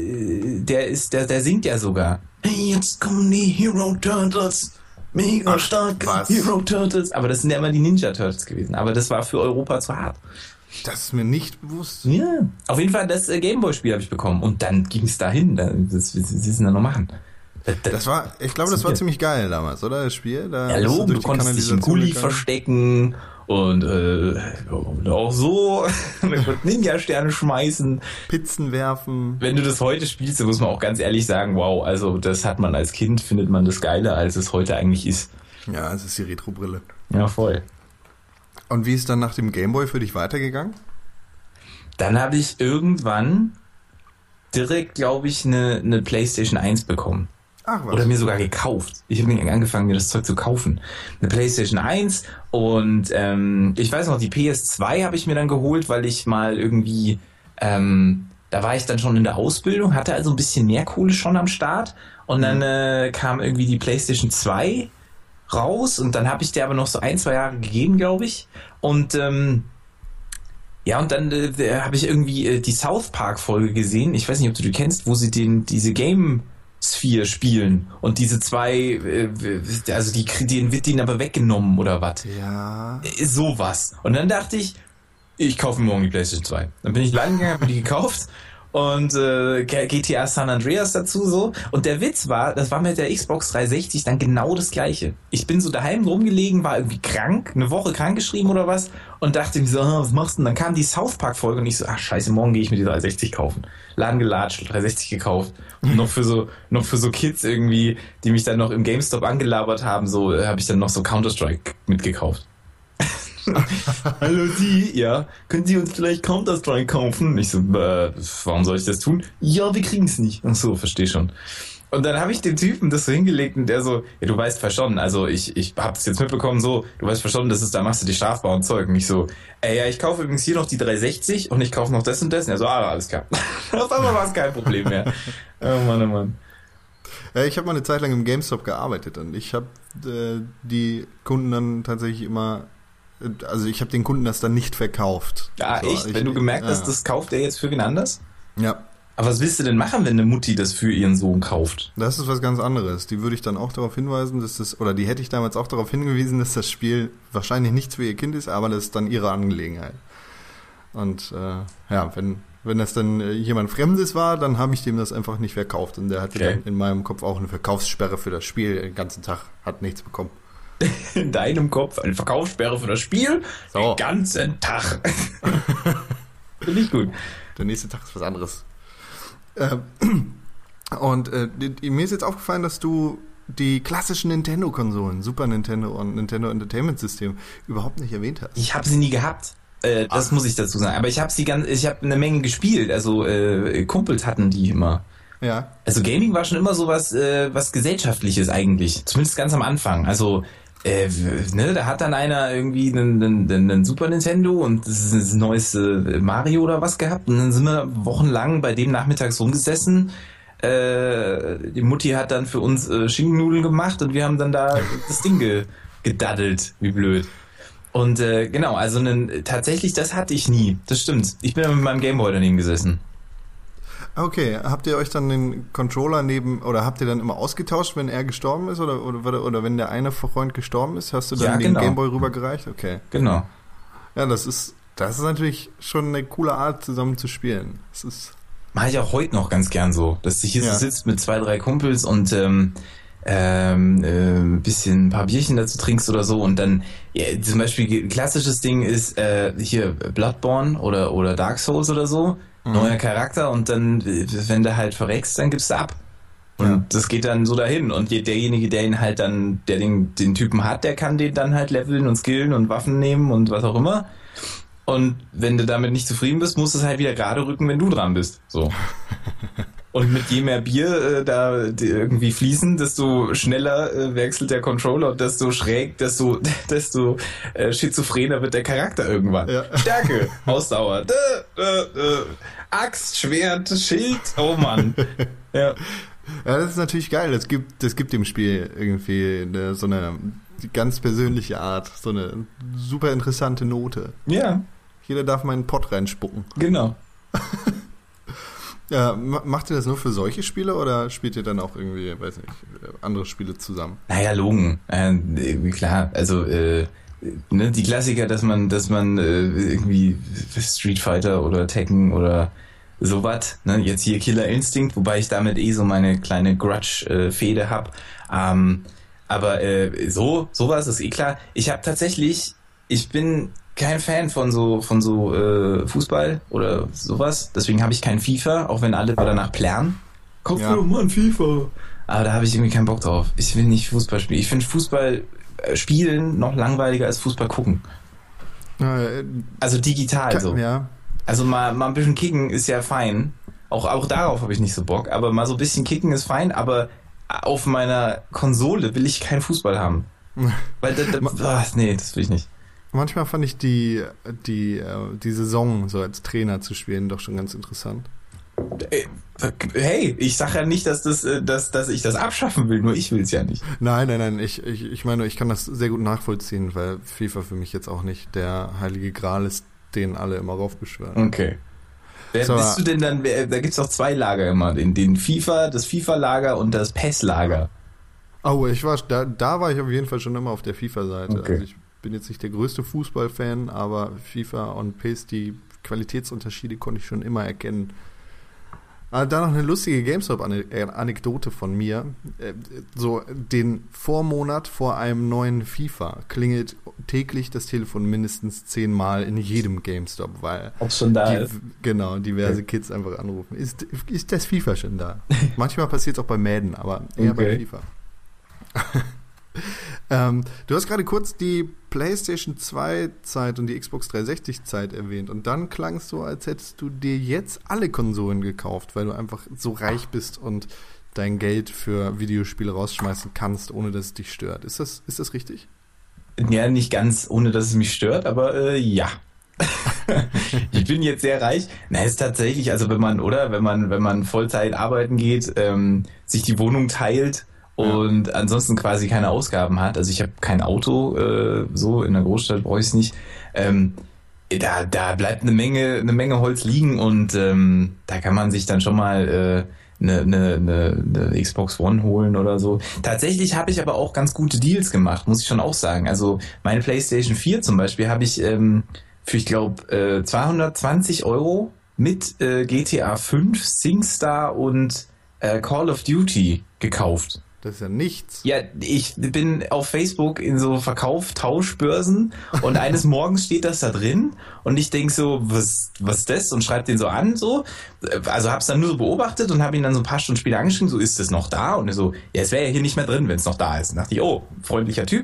Der singt ja sogar. Hey, jetzt kommen die Hero Turtles. Mega stark Hero Turtles. Aber das sind ja immer die Ninja Turtles gewesen. Aber das war für Europa zu hart. Das ist mir nicht bewusst. Ja, auf jeden Fall das Gameboy-Spiel habe ich bekommen. Und dann ging es dahin. Was willst du denn noch machen? Das war ziemlich geil damals, oder? Das Spiel? Ja, Logo, du konntest dich im Gully verstecken und auch so Ninja-Sterne schmeißen. Pizzen werfen. Wenn du das heute spielst, dann muss man auch ganz ehrlich sagen, wow, also das hat man als Kind, findet man das geiler, als es heute eigentlich ist. Ja, es ist die Retro-Brille. Ja, voll. Und wie ist dann nach dem Gameboy für dich weitergegangen? Dann habe ich irgendwann direkt, glaube ich, eine PlayStation 1 bekommen. Ach was. Oder mir sogar gekauft. Ich habe angefangen, mir das Zeug zu kaufen. Eine PlayStation 1 und ich weiß noch, die PS2 habe ich mir dann geholt, weil ich mal irgendwie, da war ich dann schon in der Ausbildung, hatte also ein bisschen mehr Kohle schon am Start und dann kam irgendwie die PlayStation 2 raus und dann habe ich der aber noch so 1-2 Jahre gegeben, glaube ich. Und und dann habe ich irgendwie die South Park Folge gesehen. Ich weiß nicht, ob du die kennst, wo sie diese Game Sphere spielen und diese zwei, also denen wird denen aber weggenommen oder was. Ja. Sowas. Und dann dachte ich kaufe mir morgen die PlayStation 2. Dann bin ich lang gegangen, habe die gekauft und GTA San Andreas dazu so. Und der Witz war, das war mit der Xbox 360 dann genau das Gleiche. Ich bin so daheim rumgelegen, war irgendwie krank, eine Woche krankgeschrieben oder was und dachte mir so, was machst du? Und dann kam die South Park Folge und ich so, scheiße, morgen gehe ich mir die 360 kaufen. Laden gelatscht, 360 gekauft. Und noch für so Kids irgendwie, die mich dann noch im GameStop angelabert haben, so habe ich dann noch so Counter-Strike mitgekauft. Hallo Sie, ja, können Sie uns vielleicht Counter-Strike kaufen? Ich so, warum soll ich das tun? Ja, wir kriegen es nicht. Ach so, verstehe schon. Und dann habe ich dem Typen das so hingelegt und der so, ja, du weißt schon, also ich hab's jetzt mitbekommen so, du weißt schon, das ist, da machst du die strafbar und Zeug. Und ich so, ja, ich kaufe übrigens hier noch die 360 und ich kaufe noch das und das. Und er so, alles klar. Auf einmal war es kein Problem mehr. Oh Mann, oh Mann. Ja, ich habe mal eine Zeit lang im GameStop gearbeitet und ich habe die Kunden dann tatsächlich immer, also ich habe den Kunden das dann nicht verkauft. Ah, so, echt? Wenn du gemerkt hast, das kauft er jetzt für wen anders? Ja. Aber was willst du denn machen, wenn eine Mutti das für ihren Sohn kauft? Das ist was ganz anderes. Die würde ich dann auch darauf hinweisen, dass das, oder die hätte ich damals auch darauf hingewiesen, dass das Spiel wahrscheinlich nichts für ihr Kind ist, aber das ist dann ihre Angelegenheit. Und ja, wenn das dann jemand Fremdes war, dann habe ich dem das einfach nicht verkauft. Und der hatte dann in meinem Kopf auch eine Verkaufssperre für das Spiel. Den ganzen Tag hat nichts bekommen. In deinem Kopf eine Verkaufssperre für das Spiel? So. Den ganzen Tag. Finde ich gut. Der nächste Tag ist was anderes. Und mir ist jetzt aufgefallen, dass du die klassischen Nintendo-Konsolen, Super Nintendo und Nintendo Entertainment System, überhaupt nicht erwähnt hast. Ich habe sie nie gehabt. Das muss ich dazu sagen. Aber ich habe eine Menge gespielt. Also Kumpels hatten die immer. Ja. Also Gaming war schon immer so was Gesellschaftliches eigentlich. Zumindest ganz am Anfang. Also da hat dann einer irgendwie einen Super Nintendo und das ist ein neues Mario oder was gehabt. Und dann sind wir wochenlang bei dem nachmittags rumgesessen. Die Mutti hat dann für uns Schinkennudeln gemacht und wir haben dann da das Ding gedaddelt. Wie blöd. Und genau, also tatsächlich, das hatte ich nie. Das stimmt. Ich bin ja mit meinem Gameboy daneben gesessen. Okay, habt ihr euch dann den Controller oder habt ihr dann immer ausgetauscht, wenn er gestorben ist oder wenn der eine Freund gestorben ist, hast du dann den Gameboy rübergereicht? Okay. Genau. Ja, das ist natürlich schon eine coole Art, zusammen zu spielen. Das ist mache ich auch heute noch ganz gern so, dass du hier so sitzt mit 2, 3 Kumpels und bisschen ein paar Bierchen dazu trinkst oder so und dann zum Beispiel klassisches Ding ist hier Bloodborne oder Dark Souls oder so. Neuer Charakter und dann, wenn du halt verreckst, dann gibst du ab. Und das geht dann so dahin. Und derjenige, der ihn halt dann, der den Typen hat, der kann den dann halt leveln und skillen und Waffen nehmen und was auch immer. Und wenn du damit nicht zufrieden bist, musst du es halt wieder gerade rücken, wenn du dran bist. So. Und mit je mehr Bier da irgendwie fließen, desto schneller wechselt der Controller und desto schräg, desto schizophrener wird der Charakter irgendwann. Ja. Stärke, Ausdauer, Axt, Schwert, Schild, oh Mann. Ja. Ja, das ist natürlich geil. Das gibt dem Spiel irgendwie so eine ganz persönliche Art, so eine super interessante Note. Ja. Jeder darf mal in den Pott reinspucken. Genau. Ja, macht ihr das nur für solche Spiele oder spielt ihr dann auch irgendwie, weiß nicht, andere Spiele zusammen? Naja, Logen. Klar, also die Klassiker, dass man irgendwie Street Fighter oder Tekken oder sowas, ne? Jetzt hier Killer Instinct, wobei ich damit so meine kleine Grudge-Fehde hab. Aber sowas ist klar. Ich bin kein Fan von so Fußball oder sowas. Deswegen habe ich kein FIFA, auch wenn alle danach plären. Kauf doch mal ein FIFA. Aber da habe ich irgendwie keinen Bock drauf. Ich will nicht Fußball spielen. Ich finde Fußball spielen noch langweiliger als Fußball gucken. Also digital so. Ja. Also mal ein bisschen kicken ist ja fein. Auch darauf habe ich nicht so Bock. Aber mal so ein bisschen kicken ist fein. Aber auf meiner Konsole will ich keinen Fußball haben. Weil nee, das will ich nicht. Manchmal fand ich die Saison so als Trainer zu spielen doch schon ganz interessant. Hey, ich sage ja nicht, dass ich das abschaffen will, nur ich will es ja nicht. Nein, ich meine, ich kann das sehr gut nachvollziehen, weil FIFA für mich jetzt auch nicht der heilige Gral ist, den alle immer raufbeschwören. Okay. Wer bist du denn dann, da gibt's doch 2 Lager immer, das FIFA-Lager und das PES-Lager. Oh, da war ich auf jeden Fall schon immer auf der FIFA-Seite. Okay. Also ich bin jetzt nicht der größte Fußballfan, aber FIFA und PES, die Qualitätsunterschiede konnte ich schon immer erkennen. Da noch eine lustige GameStop-Anekdote von mir. So den Vormonat vor einem neuen FIFA klingelt täglich das Telefon mindestens 10 Mal in jedem GameStop, weil ob schon da ist. Genau, diverse Kids einfach anrufen. Ist das FIFA schon da? Manchmal passiert es auch bei Madden, aber eher bei FIFA. Du hast gerade kurz die PlayStation 2 Zeit und die Xbox 360 Zeit erwähnt und dann klang es so, als hättest du dir jetzt alle Konsolen gekauft, weil du einfach so reich bist und dein Geld für Videospiele rausschmeißen kannst, ohne dass es dich stört. Ist das richtig? Ja, nicht ganz, ohne dass es mich stört, aber ja. Ich bin jetzt sehr reich. Na, ist tatsächlich, also wenn man Vollzeit arbeiten geht, sich die Wohnung teilt und ansonsten quasi keine Ausgaben hat. Also ich habe kein Auto, so in der Großstadt brauche ich es nicht. Da bleibt eine Menge Holz liegen und da kann man sich dann schon mal eine Xbox One holen oder so. Tatsächlich habe ich aber auch ganz gute Deals gemacht, muss ich schon auch sagen. Also meine PlayStation 4 zum Beispiel habe ich für, ich glaube, 220 € mit GTA 5, SingStar und Call of Duty gekauft. Das ist ja nichts. Ja, ich bin auf Facebook in so Tauschbörsen und eines Morgens steht das da drin und ich denk so, was ist das? Und schreib den so an, so. Also hab's dann nur so beobachtet und habe ihn dann so ein paar Stunden später angeschrieben, so, ist das noch da? Und er so, ja, es wäre ja hier nicht mehr drin, wenn es noch da ist. Und dachte ich, oh, freundlicher Typ.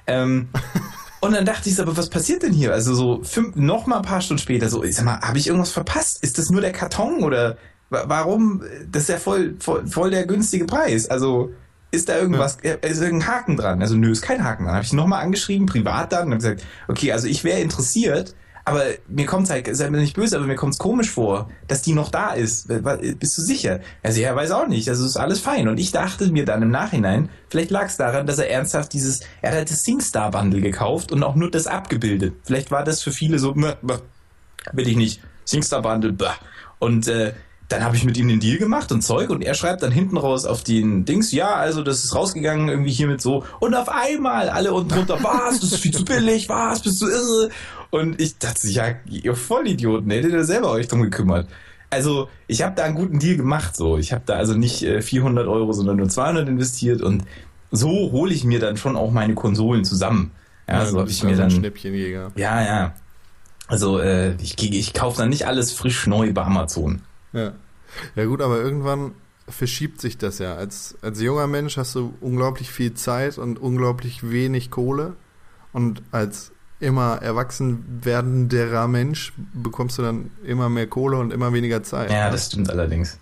Und dann dachte ich so, aber was passiert denn hier? Also so noch mal ein paar Stunden später, so, ich sag mal, habe ich irgendwas verpasst? Ist das nur der Karton oder warum? Das ist ja voll der günstige Preis. Also ist da irgendwas, ist irgendein Haken dran? Also nö, ist kein Haken dran. Habe ich nochmal angeschrieben, privat dann, und habe gesagt, okay, also ich wäre interessiert, aber mir kommt's halt, sei mir nicht böse, aber mir kommt's komisch vor, dass die noch da ist. Bist du sicher? Also ja, weiß auch nicht. Also ist alles fein. Und ich dachte mir dann im Nachhinein, vielleicht lag es daran, dass er ernsthaft er hat halt das SingStar-Bundle gekauft und auch nur das abgebildet. Vielleicht war das für viele so, will ich nicht. SingStar-Bundle, und dann habe ich mit ihm den Deal gemacht und Zeug und er schreibt dann hinten raus auf den Dings, ja, also das ist rausgegangen irgendwie hiermit so und auf einmal alle unten drunter, was, das ist viel zu billig, was, bist du irre? Und ich dachte, ja, ihr Vollidioten, hättet ihr selber euch drum gekümmert. Also ich habe da einen guten Deal gemacht, so. Ich habe da also nicht 400 €, sondern nur 200 investiert und so hole ich mir dann schon auch meine Konsolen zusammen. Ja, so habe ich mir dann... Schnäppchenjäger. Ja. Also ich kaufe dann nicht alles frisch neu bei Amazon. Ja gut, aber irgendwann verschiebt sich das ja. Als junger Mensch hast du unglaublich viel Zeit und unglaublich wenig Kohle und als immer erwachsen werdenderer Mensch bekommst du dann immer mehr Kohle und immer weniger Zeit. Ja, das stimmt allerdings.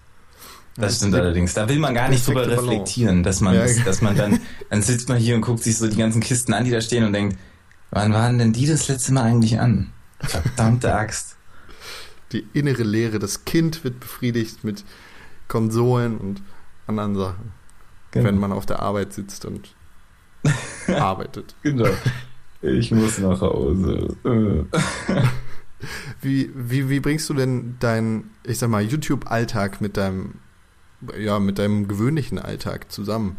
Da will man gar nicht drüber reflektieren, dass man dann sitzt man hier und guckt sich so die ganzen Kisten an, die da stehen und denkt, wann waren denn die das letzte Mal eigentlich an? Verdammte Axt. Die innere Leere, das Kind wird befriedigt mit Konsolen und anderen Sachen, wenn man auf der Arbeit sitzt und arbeitet. Genau. Ich muss nach Hause. Wie bringst du denn deinen, ich sag mal, YouTube-Alltag mit deinem gewöhnlichen Alltag zusammen?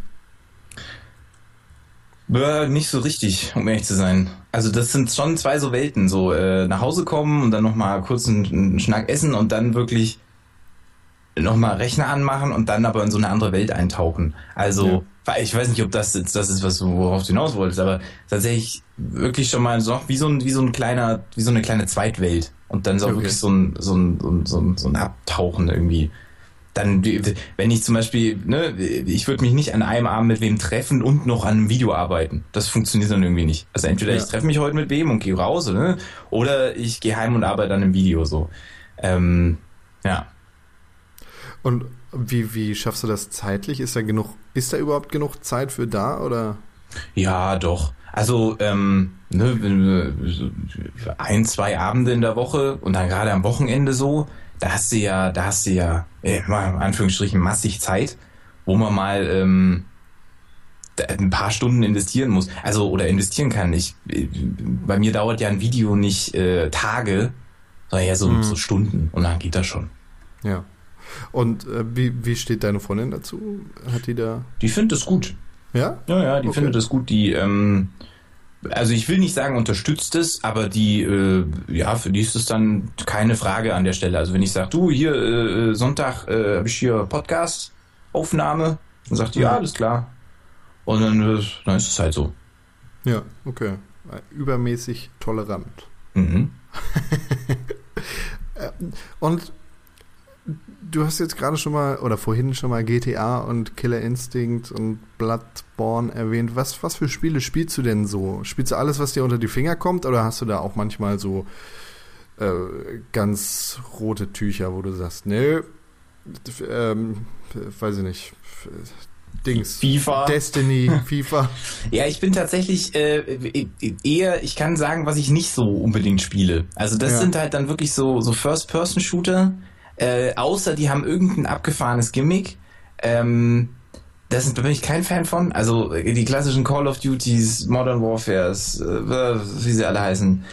Nicht so richtig, um ehrlich zu sein. Also das sind schon zwei so Welten, so nach Hause kommen und dann nochmal kurz einen Schnack essen und dann wirklich nochmal Rechner anmachen und dann aber in so eine andere Welt eintauchen. Also ich weiß nicht, ob das ist, worauf du hinaus wolltest, aber tatsächlich wirklich schon mal so wie so eine kleine Zweitwelt und dann ist auch wirklich so ein Abtauchen irgendwie. Dann, wenn ich zum Beispiel, ich würde mich nicht an einem Abend mit wem treffen und noch an einem Video arbeiten. Das funktioniert dann irgendwie nicht. Also entweder ich treffe mich heute mit wem und gehe raus, oder ich gehe heim und arbeite an einem Video so. Ja. Und wie schaffst du das zeitlich? Ist da überhaupt genug Zeit für da, oder? Ja, doch. Also, 1, 2 Abende in der Woche und dann gerade am Wochenende so, da hast du ja, in Anführungsstrichen massig Zeit, wo man mal ein paar Stunden investieren muss. Also, oder investieren kann. Bei mir dauert ja ein Video nicht Tage, sondern ja so Stunden und dann geht das schon. Ja. Und wie steht deine Freundin dazu? Hat die da... Die findet das gut. Ja? Ja, die findet das gut. Die, also ich will nicht sagen, unterstützt es, aber die, für die ist es dann keine Frage an der Stelle. Also wenn ich sage, du, hier, Sonntag habe ich hier Podcast-Aufnahme, dann sagt die, ja, alles klar. Und dann ist es halt so. Ja, okay. Übermäßig tolerant. Mhm. Und du hast jetzt gerade schon mal, oder vorhin schon mal GTA und Killer Instinct und Bloodborne erwähnt. Was für Spiele spielst du denn so? Spielst du alles, was dir unter die Finger kommt, oder hast du da auch manchmal so ganz rote Tücher, wo du sagst, nö, weiß ich nicht, Dings. FIFA. Destiny, FIFA. Ja, ich bin tatsächlich eher, ich kann sagen, was ich nicht so unbedingt spiele. Also das sind halt dann wirklich so First-Person-Shooter, außer die haben irgendein abgefahrenes Gimmick. Da bin ich kein Fan von. Also die klassischen Call of Duties, Modern Warfares, wie sie alle heißen,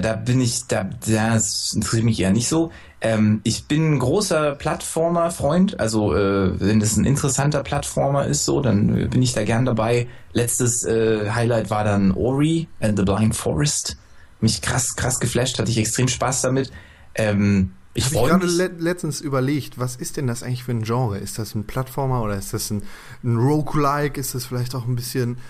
das interessiert mich eher nicht so. Ich bin ein großer Plattformer-Freund, also wenn das ein interessanter Plattformer ist, so, dann bin ich da gern dabei. Letztes Highlight war dann Ori and the Blind Forest. Mich krass geflasht, hatte ich extrem Spaß damit. Ich freue mich. Ich habe gerade letztens überlegt, was ist denn das eigentlich für ein Genre? Ist das ein Plattformer oder ist das ein Roguelike? Ist das vielleicht auch ein bisschen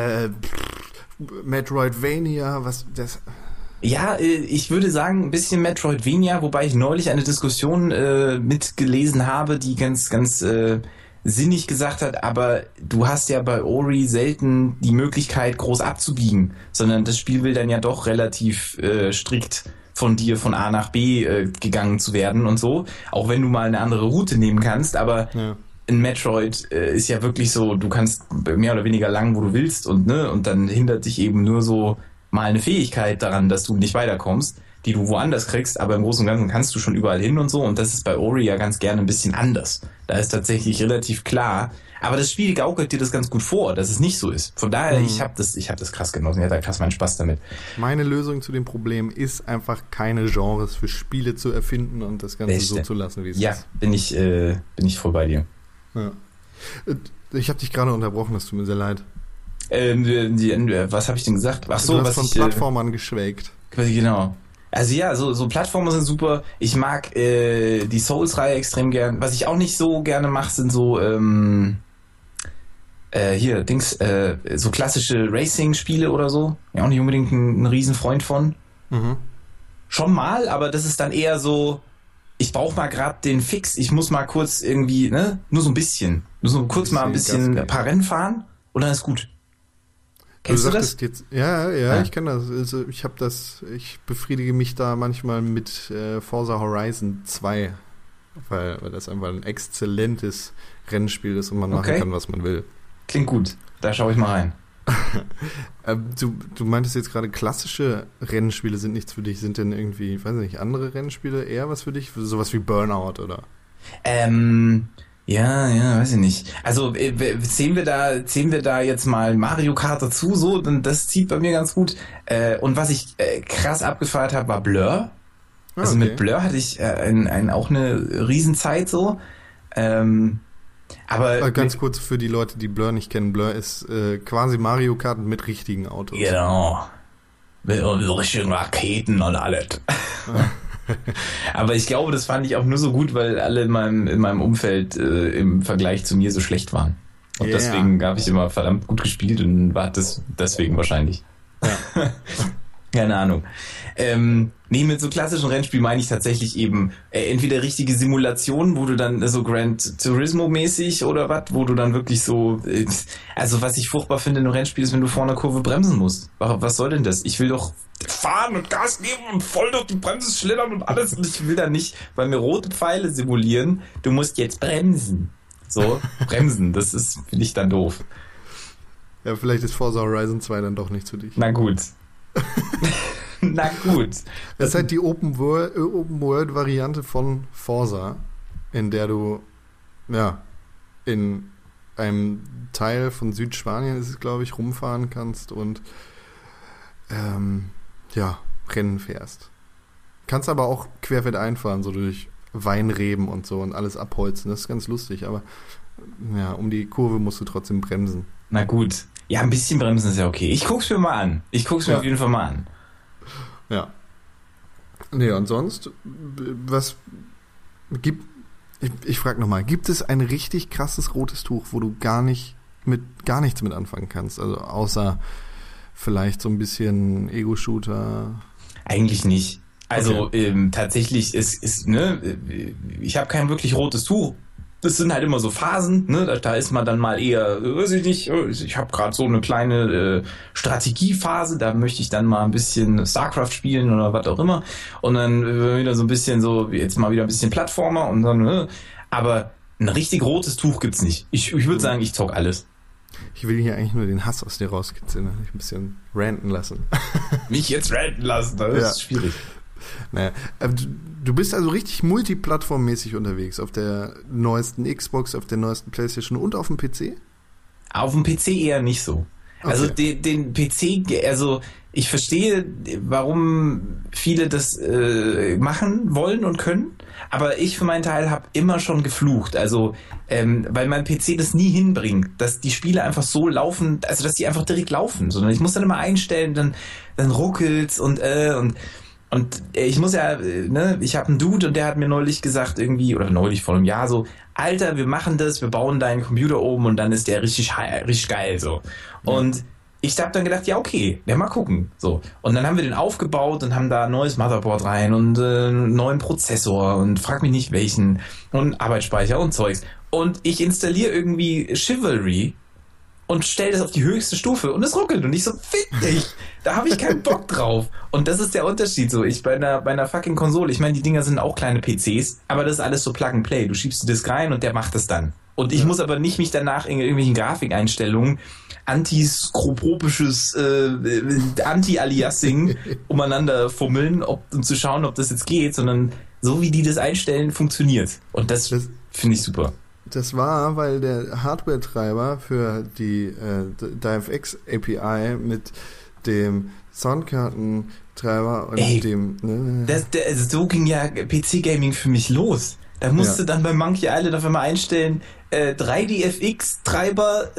Metroidvania? Ja, ich würde sagen, ein bisschen Metroidvania, wobei ich neulich eine Diskussion mitgelesen habe, die ganz sinnig gesagt hat, aber du hast ja bei Ori selten die Möglichkeit, groß abzubiegen, sondern das Spiel will dann ja doch relativ strikt von dir von A nach B gegangen zu werden und so, auch wenn du mal eine andere Route nehmen kannst, aber ein Metroid ist ja wirklich so, du kannst mehr oder weniger lang, wo du willst und dann hindert dich eben nur so mal eine Fähigkeit daran, dass du nicht weiterkommst, die du woanders kriegst, aber im Großen und Ganzen kannst du schon überall hin und so, und das ist bei Ori ja ganz gerne ein bisschen anders. Da ist tatsächlich relativ klar, aber das Spiel gaukelt dir das ganz gut vor, dass es nicht so ist. Von daher, ich hab das krass genossen, ich hatte krass meinen Spaß damit. Meine Lösung zu dem Problem ist einfach, keine Genres für Spiele zu erfinden und das Ganze so zu lassen, wie es ist. Ja, bin ich voll bei dir. Ja. Ich habe dich gerade unterbrochen, das tut mir sehr leid. Was habe ich denn gesagt? Ach so, du hast was von Plattformern geschwelgt. Genau. Also ja, so Plattformen sind super. Ich mag die Souls-Reihe extrem gern. Was ich auch nicht so gerne mache, sind so so klassische Racing-Spiele oder so. Ja, auch nicht unbedingt ein Riesenfreund von. Mhm. Schon mal, aber das ist dann eher so, ich brauche mal gerade den Fix. Ich muss mal kurz irgendwie, nur so ein bisschen. Nur so kurz mal ein paar Rennen fahren und dann ist gut. Kennst du das? Jetzt, ja, ich kenne das. Also ich befriedige mich da manchmal mit Forza Horizon 2, weil das einfach ein exzellentes Rennspiel ist und man machen kann, was man will. Klingt gut. Da schaue ich mal rein. Du meintest jetzt gerade, klassische Rennspiele sind nichts für dich. Sind denn irgendwie, ich weiß nicht, andere Rennspiele eher was für dich? Sowas wie Burnout oder? Ja, weiß ich nicht. Also zählen wir da jetzt mal Mario Kart dazu, so, denn das zieht bei mir ganz gut. Und was ich krass abgefeiert habe, war Blur. Also mit Blur hatte ich auch eine Riesenzeit so. Aber ganz kurz für die Leute, die Blur nicht kennen, Blur ist quasi Mario Kart mit richtigen Autos. Genau. Mit richtigen Raketen und alles. Aber ich glaube, das fand ich auch nur so gut, weil alle in meinem Umfeld im Vergleich zu mir so schlecht waren. Und deswegen habe ich immer verdammt gut gespielt und war das deswegen wahrscheinlich. Ja. Keine Ahnung. Mit so klassischen Rennspielen meine ich tatsächlich eben entweder richtige Simulationen, wo du dann so Gran Turismo mäßig oder was, wo du dann wirklich so, also was ich furchtbar finde in einem Rennspiel ist, wenn du vor einer Kurve bremsen musst. Was soll denn das? Ich will doch fahren und Gas geben und voll durch die Bremse schlittern und alles, und ich will da nicht bei mir rote Pfeile simulieren. Du musst jetzt bremsen. So, bremsen, das finde ich dann doof. Ja, vielleicht ist Forza Horizon 2 dann doch nichts für dich. Na gut. Na gut. Das ist halt die Open-World-Variante von Forza, in der du, in einem Teil von Südspanien ist es, glaube ich, rumfahren kannst und Rennen fährst. Kannst aber auch querfeld einfahren, so durch Weinreben und so und alles abholzen. Das ist ganz lustig, aber um die Kurve musst du trotzdem bremsen. Na gut. Ja, ein bisschen bremsen ist ja okay. Ich guck's mir mal an. Ich guck's mir auf jeden Fall mal an. Ja. Nee, und sonst, ich frage nochmal, gibt es ein richtig krasses rotes Tuch, wo du gar nichts mit anfangen kannst? Also außer vielleicht so ein bisschen Ego-Shooter? Eigentlich nicht. Also tatsächlich ich habe kein wirklich rotes Tuch. Das sind halt immer so Phasen, da ist man dann mal eher, weiß ich nicht, ich habe gerade so eine kleine Strategiephase, da möchte ich dann mal ein bisschen StarCraft spielen oder was auch immer und dann wieder so ein bisschen so, jetzt mal wieder ein bisschen Plattformer und dann, Aber ein richtig rotes Tuch gibt's nicht. Ich würde sagen, ich zock alles. Ich will hier eigentlich nur den Hass aus dir rauskitzeln, dich ein bisschen ranten lassen. Mich jetzt ranten lassen, das ist schwierig. Naja, du bist also richtig multiplattformmäßig unterwegs, auf der neuesten Xbox, auf der neuesten PlayStation und auf dem PC? Auf dem PC eher nicht so. Okay. Also den PC, also ich verstehe, warum viele das machen wollen und können, aber ich für meinen Teil habe immer schon geflucht, also weil mein PC das nie hinbringt, dass die Spiele einfach so laufen, also dass die einfach direkt laufen, sondern ich muss dann immer einstellen, dann ruckelt's und ich muss ja, ich habe einen Dude und der hat mir neulich gesagt irgendwie, oder neulich vor einem Jahr so, Alter, wir machen das, wir bauen deinen Computer oben und dann ist der richtig geil, so. Ja. Und ich habe dann gedacht, ja okay, mal gucken, so. Und dann haben wir den aufgebaut und haben da ein neues Motherboard rein und einen neuen Prozessor und frag mich nicht welchen und Arbeitsspeicher und Zeugs. Und ich installiere irgendwie Chivalry und stell das auf die höchste Stufe und es ruckelt und ich so, fick dich, da habe ich keinen Bock drauf. Und das ist der Unterschied so, bei einer fucking Konsole, ich meine, die Dinger sind auch kleine PCs, aber das ist alles so Plug and Play, du schiebst die Disk rein und der macht das dann. Und ich muss aber nicht mich danach in irgendwelchen Grafikeinstellungen, antiskropopisches Anti-Aliasing umeinander fummeln, um zu schauen, ob das jetzt geht, sondern so wie die das einstellen, funktioniert. Und das finde ich super. Das war, weil der Hardware-Treiber für die DiveX API mit dem Soundkartentreiber und dem... so ging ja PC-Gaming für mich los. Da musste dann bei Monkey Island auf einmal einstellen, 3DFX-Treiber,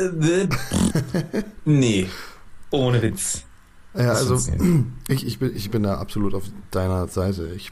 nee, ohne Witz. Ja, also ich bin da absolut auf deiner Seite. Ich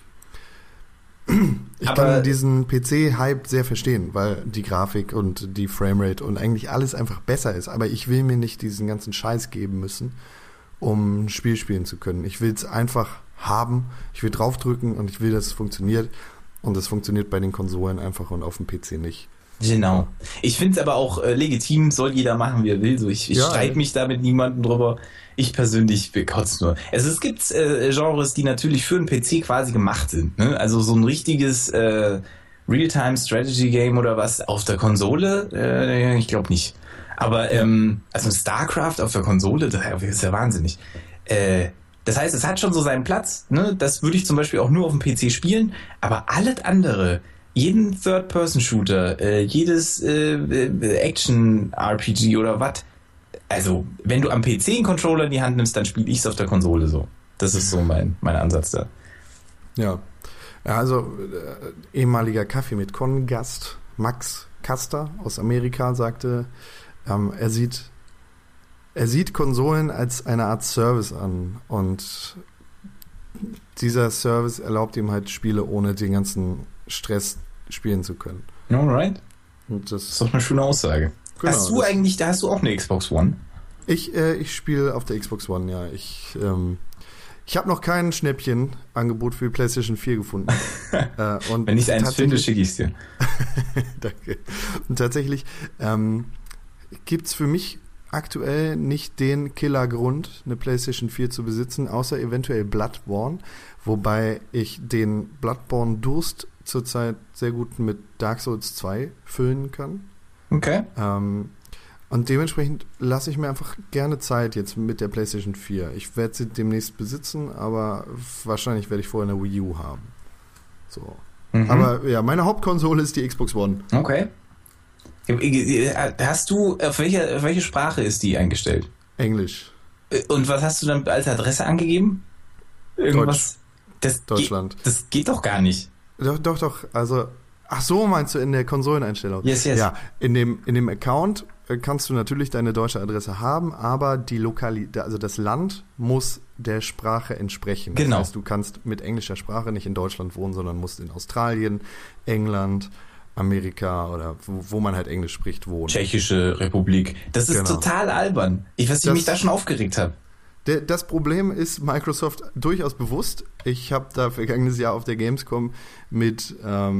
kann diesen PC-Hype sehr verstehen, weil die Grafik und die Framerate und eigentlich alles einfach besser ist. Aber ich will mir nicht diesen ganzen Scheiß geben müssen, um ein Spiel spielen zu können. Ich will es einfach haben, ich will draufdrücken und ich will, dass es funktioniert. Und das funktioniert bei den Konsolen einfach und auf dem PC nicht. Genau. Ich finde es aber auch legitim, soll jeder machen, wie er will. So, ich streite mich da mit niemandem drüber. Ich persönlich bekotze nur. Es gibt Genres, die natürlich für einen PC quasi gemacht sind. Ne? Also so ein richtiges Real-Time-Strategy-Game oder was auf der Konsole, ich glaube nicht. Aber also StarCraft auf der Konsole, das ist ja wahnsinnig. Das heißt, es hat schon so seinen Platz. Ne? Das würde ich zum Beispiel auch nur auf dem PC spielen. Aber alles andere, jeden Third-Person-Shooter, jedes Action-RPG oder was, also wenn du am PC einen Controller in die Hand nimmst, dann spiele ich es auf der Konsole so. Das ist so mein Ansatz da. Ja, also ehemaliger Kaffee mit Con-Gast Max Caster aus Amerika sagte, er sieht Konsolen als eine Art Service an und dieser Service erlaubt ihm halt Spiele ohne den ganzen Stress spielen zu können. Alright. Und das ist doch eine schöne Aussage. Genau, hast du auch eine Xbox One? Ich spiele auf der Xbox One, ja. Ich habe noch kein Schnäppchen-Angebot für die PlayStation 4 gefunden. Und wenn ich eins finde, schicke ich es dir. Danke. Und tatsächlich gibt es für mich aktuell nicht den Killergrund, eine PlayStation 4 zu besitzen, außer eventuell Bloodborne, wobei ich den Bloodborne-Durst zurzeit sehr gut mit Dark Souls 2 füllen kann. Okay. Und dementsprechend lasse ich mir einfach gerne Zeit jetzt mit der PlayStation 4. Ich werde sie demnächst besitzen, aber wahrscheinlich werde ich vorher eine Wii U haben. So. Mhm. Aber ja, meine Hauptkonsole ist die Xbox One. Okay. Hast du, auf welche Sprache ist die eingestellt? Englisch. Und was hast du dann als Adresse angegeben? Irgendwas? Deutschland. Das geht doch gar nicht. Doch. Also, ach so, meinst du in der Konsoleneinstellung? Yes. Ja, in dem Account kannst du natürlich deine deutsche Adresse haben, aber die also das Land muss der Sprache entsprechen. Genau. Das heißt, du kannst mit englischer Sprache nicht in Deutschland wohnen, sondern musst in Australien, England, Amerika oder wo man halt Englisch spricht, wohnen. Tschechische Republik. Das ist total albern. Ich mich da schon aufgeregt habe. Das Problem ist Microsoft durchaus bewusst. Ich habe da vergangenes Jahr auf der Gamescom mit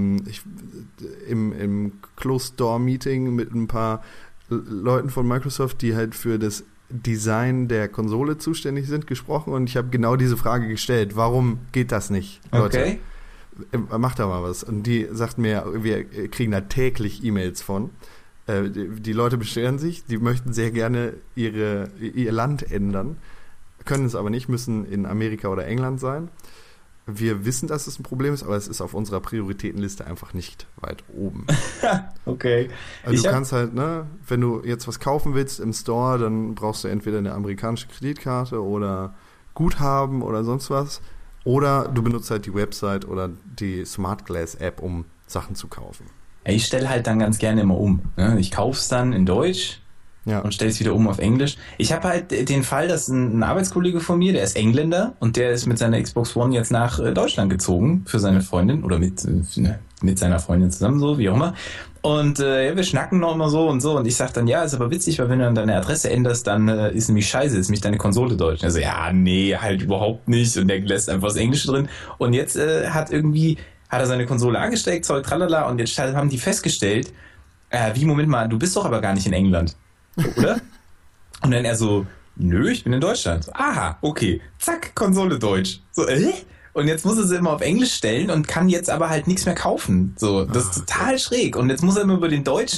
im Closed-Door-Meeting mit ein paar Leuten von Microsoft, die halt für das Design der Konsole zuständig sind, gesprochen und ich habe genau diese Frage gestellt. Warum geht das nicht, Leute? Okay. mach da mal was. Und die sagt mir, wir kriegen da täglich E-Mails von. Die Leute beschweren sich, die möchten sehr gerne ihr Land ändern, können es aber nicht, müssen in Amerika oder England sein. Wir wissen, dass es ein Problem ist, aber es ist auf unserer Prioritätenliste einfach nicht weit oben. Okay. Also du kannst halt, wenn du jetzt was kaufen willst im Store, dann brauchst du entweder eine amerikanische Kreditkarte oder Guthaben oder sonst was. Oder du benutzt halt die Website oder die Smart Glass App, um Sachen zu kaufen. Ich stelle halt dann ganz gerne immer um. Ne? Ich kaufe es dann in Deutsch und stelle es wieder um auf Englisch. Ich habe halt den Fall, dass ein Arbeitskollege von mir, der ist Engländer und der ist mit seiner Xbox One jetzt nach Deutschland gezogen für seine Freundin oder mit seiner Freundin zusammen, so wie auch immer. Und wir schnacken noch immer so. Und ich sag dann, ja, ist aber witzig, weil wenn du dann deine Adresse änderst, dann ist nämlich scheiße, ist nämlich deine Konsole deutsch. Also ja, nee, halt überhaupt nicht. Und der lässt einfach das Englische drin. Und jetzt hat er seine Konsole angesteckt, Zeug, tralala, und jetzt haben die festgestellt, Moment mal, du bist doch aber gar nicht in England, oder? Und dann er so, nö, ich bin in Deutschland. So, aha, okay, zack, Konsole deutsch. So, Und jetzt muss er sie immer auf Englisch stellen und kann jetzt aber halt nichts mehr kaufen. So, das ist total schräg. Und jetzt muss er immer über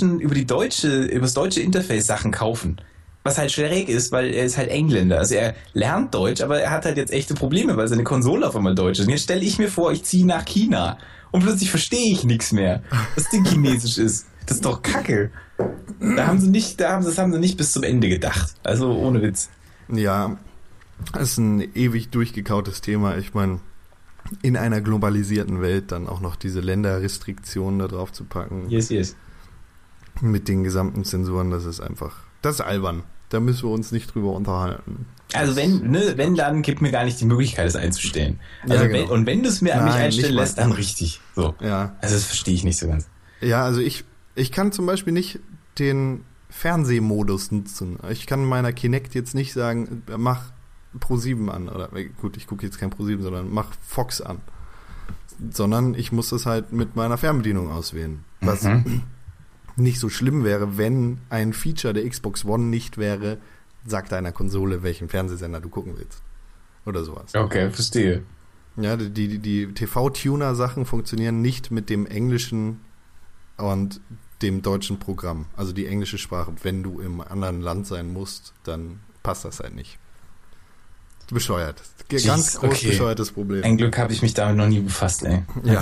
das deutsche Interface Sachen kaufen. Was halt schräg ist, weil er ist halt Engländer. Also er lernt Deutsch, aber er hat halt jetzt echte Probleme, weil seine Konsole auf einmal Deutsch ist. Und jetzt stelle ich mir vor, ich ziehe nach China und plötzlich verstehe ich nichts mehr, was denn Chinesisch ist. Das ist doch Kacke. Das haben sie nicht bis zum Ende gedacht. Also ohne Witz. Ja, das ist ein ewig durchgekautes Thema. Ich meine, in einer globalisierten Welt dann auch noch diese Länderrestriktionen da drauf zu packen. Yes. Mit den gesamten Zensuren, das ist albern. Da müssen wir uns nicht drüber unterhalten. Also wenn dann, gib mir gar nicht die Möglichkeit, es einzustellen. Also ja, genau. wenn du es mir an mich einstellen lässt, dann richtig. So. Ja. Also das verstehe ich nicht so ganz. Ja, also ich kann zum Beispiel nicht den Fernsehmodus nutzen. Ich kann meiner Kinect jetzt nicht sagen, mach Pro7 an. Oder gut, ich gucke jetzt kein Pro7, sondern mach Fox an. Sondern ich muss das halt mit meiner Fernbedienung auswählen. Was nicht so schlimm wäre, wenn ein Feature der Xbox One nicht wäre, sag deiner Konsole, welchen Fernsehsender du gucken willst. Oder sowas. Okay, verstehe. Ja, die TV-Tuner-Sachen funktionieren nicht mit dem englischen und dem deutschen Programm. Also die englische Sprache. Wenn du im anderen Land sein musst, dann passt das halt nicht. Bescheuert. Ganz groß bescheuertes Problem. Ein Glück habe ich mich damit noch nie befasst, ey. Ja.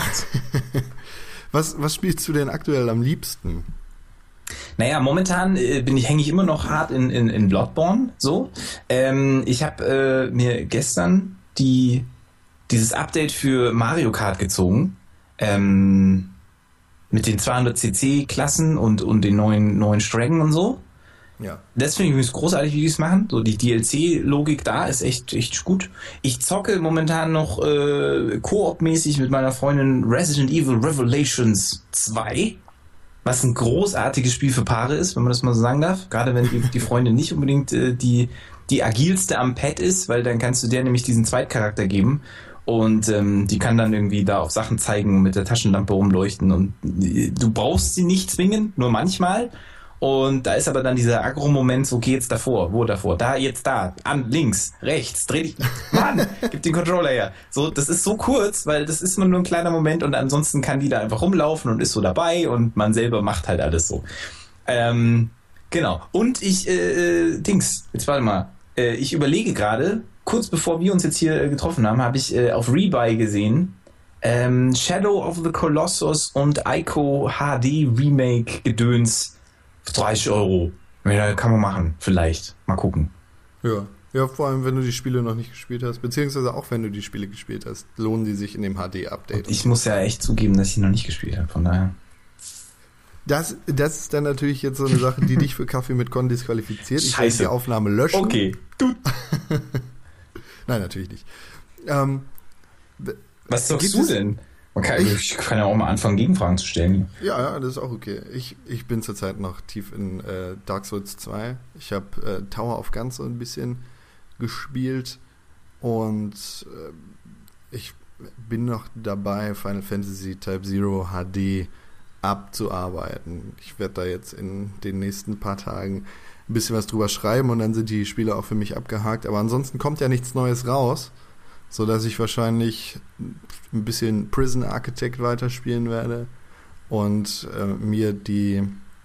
Was spielst du denn aktuell am liebsten? Naja, momentan hänge ich immer noch hart in Bloodborne, so. Ich habe mir gestern dieses Update für Mario Kart gezogen, mit den 200cc-Klassen und den neuen Strängen und so. Ja. Das finde ich übrigens großartig, wie die es machen. So die DLC-Logik da ist echt gut. Ich zocke momentan noch Koop-mäßig mit meiner Freundin Resident Evil Revelations 2. Was ein großartiges Spiel für Paare ist, wenn man das mal so sagen darf. Gerade wenn die Freundin nicht unbedingt die agilste am Pad ist, weil dann kannst du der nämlich diesen Zweitcharakter geben und die kann dann irgendwie da auf Sachen zeigen und mit der Taschenlampe rumleuchten und du brauchst sie nicht zwingend, nur manchmal. Und da ist aber dann dieser Agro-Moment, so, geh jetzt davor, wo davor, da, jetzt da, an, links, rechts, dreh dich, Mann, gib den Controller her. So, das ist so kurz, weil das ist nur ein kleiner Moment und ansonsten kann die da einfach rumlaufen und ist so dabei und man selber macht halt alles so. Genau. Und ich überlege gerade, kurz bevor wir uns jetzt hier getroffen haben, habe ich auf Rebuy gesehen, Shadow of the Colossus und Ico HD Remake Gedöns, 30 €. Ja, kann man machen, vielleicht. Mal gucken. Ja, vor allem, wenn du die Spiele noch nicht gespielt hast, beziehungsweise auch wenn du die Spiele gespielt hast, lohnen die sich in dem HD-Update. Ich muss ja echt zugeben, dass ich noch nicht gespielt habe, von daher. Das ist dann natürlich jetzt so eine Sache, die dich für Kaffee mit Con disqualifiziert. Ich werde die Aufnahme löschen. Okay. Nein, natürlich nicht. Was zockst du denn? Ich kann ja auch mal anfangen, Gegenfragen zu stellen. Ja, das ist auch okay. Ich bin zurzeit noch tief in Dark Souls 2. Ich habe Tower of Gun so ein bisschen gespielt und ich bin noch dabei, Final Fantasy Type 0 HD abzuarbeiten. Ich werde da jetzt in den nächsten paar Tagen ein bisschen was drüber schreiben und dann sind die Spiele auch für mich abgehakt. Aber ansonsten kommt ja nichts Neues raus, sodass ich wahrscheinlich ein bisschen Prison Architect weiterspielen werde und mir die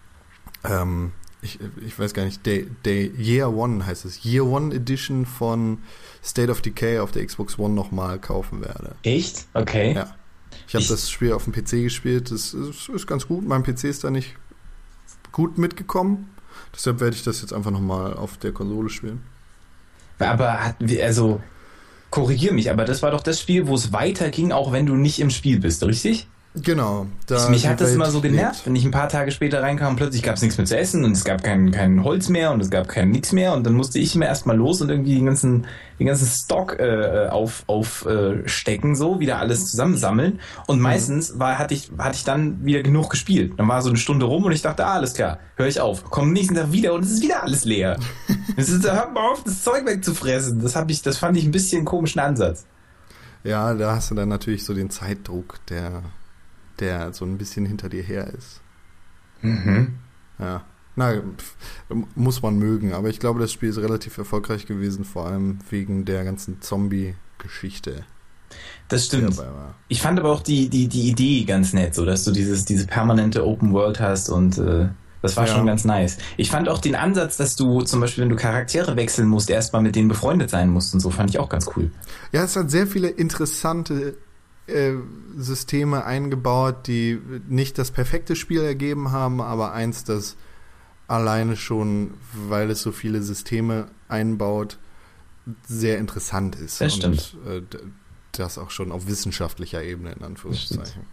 ich weiß gar nicht, Day Year One heißt es, Year One Edition von State of Decay auf der Xbox One nochmal kaufen werde. Echt? Okay. Ja. Ich habe das Spiel auf dem PC gespielt, das ist ganz gut, mein PC ist da nicht gut mitgekommen, deshalb werde ich das jetzt einfach nochmal auf der Konsole spielen. Aber korrigier mich, aber das war doch das Spiel, wo es weiterging, auch wenn du nicht im Spiel bist, richtig? Genau. Mich hat das immer so genervt, wenn ich ein paar Tage später reinkam, plötzlich gab es nichts mehr zu essen und es gab kein Holz mehr und es gab kein nix mehr und dann musste ich immer erstmal los und irgendwie den ganzen Stock aufstecken, so, wieder alles zusammensammeln und meistens hatte ich dann wieder genug gespielt. Dann war so eine Stunde rum und ich dachte, alles klar, höre ich auf. Komm nächsten Tag wieder und es ist wieder alles leer. Hört mal auf, das Zeug wegzufressen. Das fand ich ein bisschen einen komischen Ansatz. Ja, da hast du dann natürlich so den Zeitdruck, der so ein bisschen hinter dir her ist. Mhm. Ja. Muss man mögen, aber ich glaube, das Spiel ist relativ erfolgreich gewesen, vor allem wegen der ganzen Zombie-Geschichte. Das stimmt. Ich fand aber auch die Idee ganz nett, so dass du diese permanente Open World hast und das war schon ganz nice. Ich fand auch den Ansatz, dass du zum Beispiel, wenn du Charaktere wechseln musst, erstmal mit denen befreundet sein musst und so, fand ich auch ganz cool. Ja, es hat sehr viele interessante Systeme eingebaut, die nicht das perfekte Spiel ergeben haben, aber eins, das alleine schon, weil es so viele Systeme einbaut, sehr interessant ist. Das stimmt. Und das auch schon auf wissenschaftlicher Ebene, in Anführungszeichen.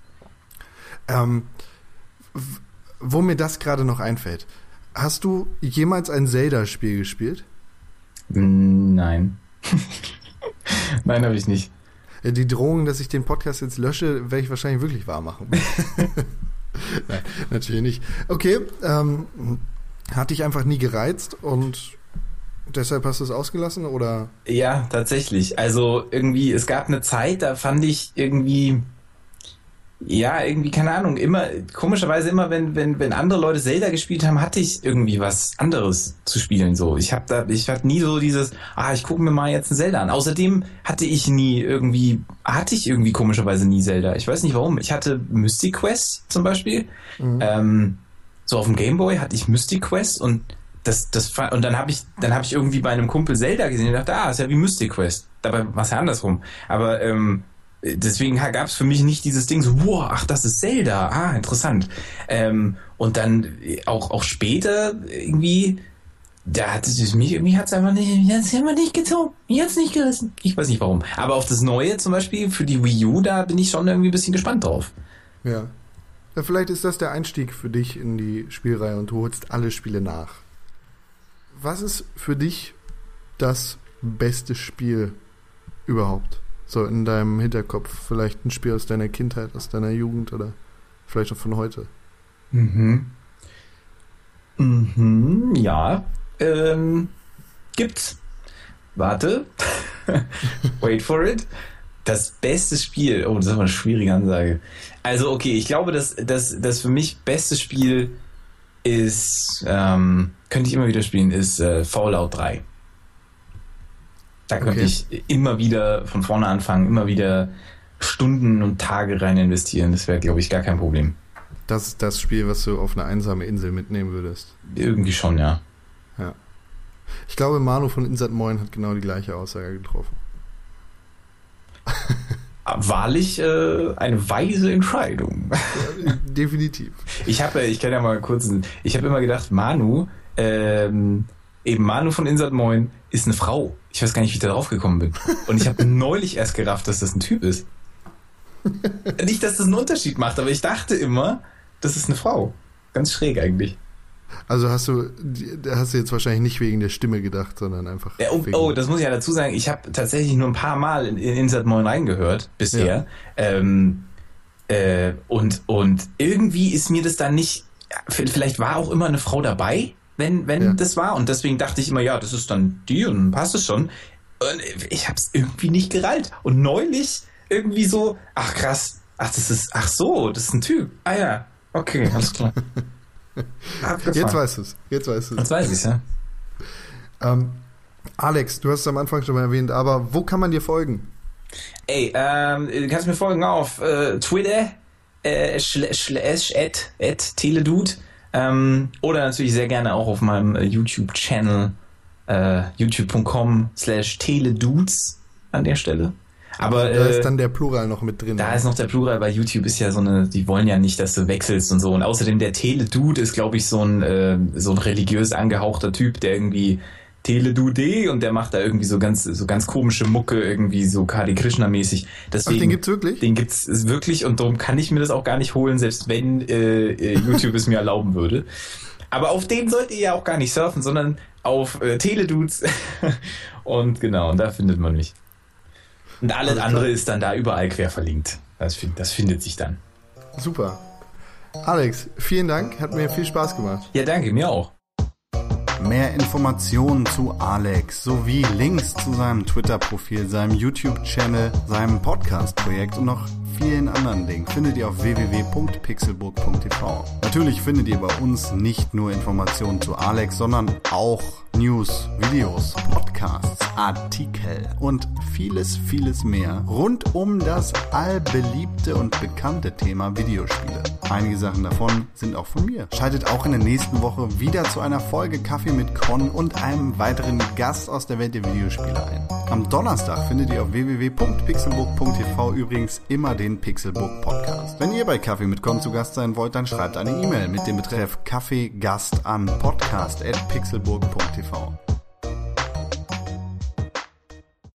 Wo mir das gerade noch einfällt, hast du jemals ein Zelda-Spiel gespielt? Nein. Nein, habe ich nicht. Die Drohung, dass ich den Podcast jetzt lösche, werde ich wahrscheinlich wirklich wahr machen. Nein, natürlich nicht. Okay, hat dich einfach nie gereizt und deshalb hast du es ausgelassen, oder? Ja, tatsächlich. Also irgendwie, es gab eine Zeit, da fand ich irgendwie, keine Ahnung, komischerweise immer, wenn andere Leute Zelda gespielt haben, hatte ich irgendwie was anderes zu spielen, so. Ich hatte nie so dieses, ich gucke mir mal jetzt ein Zelda an. Außerdem hatte ich irgendwie komischerweise nie Zelda. Ich weiß nicht warum. Ich hatte Mystic Quest zum Beispiel. Mhm. So auf dem Gameboy hatte ich Mystic Quest und und dann habe ich irgendwie bei einem Kumpel Zelda gesehen und dachte, ist ja wie Mystic Quest. Dabei war es ja andersrum. Aber, deswegen gab es für mich nicht dieses Ding so, das ist Zelda, interessant. Und dann auch später irgendwie, da hat es mich irgendwie einfach nicht gezogen. Mich hat's nicht gerissen. Ich weiß nicht warum. Aber auf das Neue zum Beispiel für die Wii U, da bin ich schon irgendwie ein bisschen gespannt drauf. Ja. Vielleicht ist das der Einstieg für dich in die Spielreihe und du holst alle Spiele nach. Was ist für dich das beste Spiel überhaupt? So in deinem Hinterkopf. Vielleicht ein Spiel aus deiner Kindheit, aus deiner Jugend oder vielleicht auch von heute. Ja. Gibt's. Warte. Wait for it. Das beste Spiel. Oh, das ist aber eine schwierige Ansage. Also, okay, ich glaube, das für mich beste Spiel ist, könnte ich immer wieder spielen, ist Fallout 3. Da könnte ich immer wieder von vorne anfangen, immer wieder Stunden und Tage rein investieren. Das wäre, glaube ich, gar kein Problem. Das ist das Spiel, was du auf eine einsame Insel mitnehmen würdest? Irgendwie schon, ja. Ja. Ich glaube, Manu von Insert Moin hat genau die gleiche Aussage getroffen. Wahrlich eine weise Entscheidung. Ja, definitiv. Ich habe immer gedacht, Manu von Insert Moin ist eine Frau. Ich weiß gar nicht, wie ich da drauf gekommen bin. Und ich habe neulich erst gerafft, dass das ein Typ ist. Nicht, dass das einen Unterschied macht, aber ich dachte immer, das ist eine Frau. Ganz schräg eigentlich. Also hast du jetzt wahrscheinlich nicht wegen der Stimme gedacht, sondern einfach wegen... Das muss ich ja dazu sagen, ich habe tatsächlich nur ein paar Mal in Insert Moin reingehört bisher. Ja. Und irgendwie ist mir das dann nicht... Vielleicht war auch immer eine Frau dabei, wenn das war. Und deswegen dachte ich immer, das ist dann die und dann passt es schon. Und ich habe es irgendwie nicht gerallt. Und neulich irgendwie so, krass, das ist ein Typ. Ja, okay, alles klar. Jetzt weißt du es. Jetzt weiß ich es, ja. Alex, du hast es am Anfang schon mal erwähnt, aber wo kann man dir folgen? Ey, du kannst mir folgen auf Twitter, @teledude, oder natürlich sehr gerne auch auf meinem YouTube-Channel, youtube.com/teledudes an der Stelle. Aber da ist dann der Plural noch mit drin. Da ist noch der Plural, weil YouTube ist ja die wollen ja nicht, dass du wechselst und so. Und außerdem der Teledude ist, glaube ich, so ein religiös angehauchter Typ, der irgendwie Teledude, und der macht da irgendwie so ganz komische Mucke, irgendwie so Hare Krishna mäßig. Deswegen, den gibt's wirklich? Den gibt's wirklich, und darum kann ich mir das auch gar nicht holen, selbst wenn YouTube es mir erlauben würde. Aber auf den sollt ihr ja auch gar nicht surfen, sondern auf Teledudes. Und genau, und da findet man mich. Und alles andere ist dann da überall quer verlinkt. Das findet sich dann. Super. Alex, vielen Dank. Hat mir viel Spaß gemacht. Ja, danke, mir auch. Mehr Informationen zu Alex sowie Links zu seinem Twitter-Profil, seinem YouTube-Channel, seinem Podcast-Projekt und noch vielen anderen Dingen findet ihr auf www.pixelburg.tv. Natürlich findet ihr bei uns nicht nur Informationen zu Alex, sondern auch News, Videos, Podcasts, Artikel und vieles, vieles mehr rund um das allbeliebte und bekannte Thema Videospiele. Einige Sachen davon sind auch von mir. Schaltet auch in der nächsten Woche wieder zu einer Folge Kaffee mit Con und einem weiteren Gast aus der Welt der Videospiele ein. Am Donnerstag findet ihr auf www.pixelburg.tv übrigens immer den Pixelburg Podcast. Wenn ihr bei Kaffee mit Con zu Gast sein wollt, dann schreibt eine E-Mail mit dem Betreff Kaffeegast an podcast@pixelburg.tv.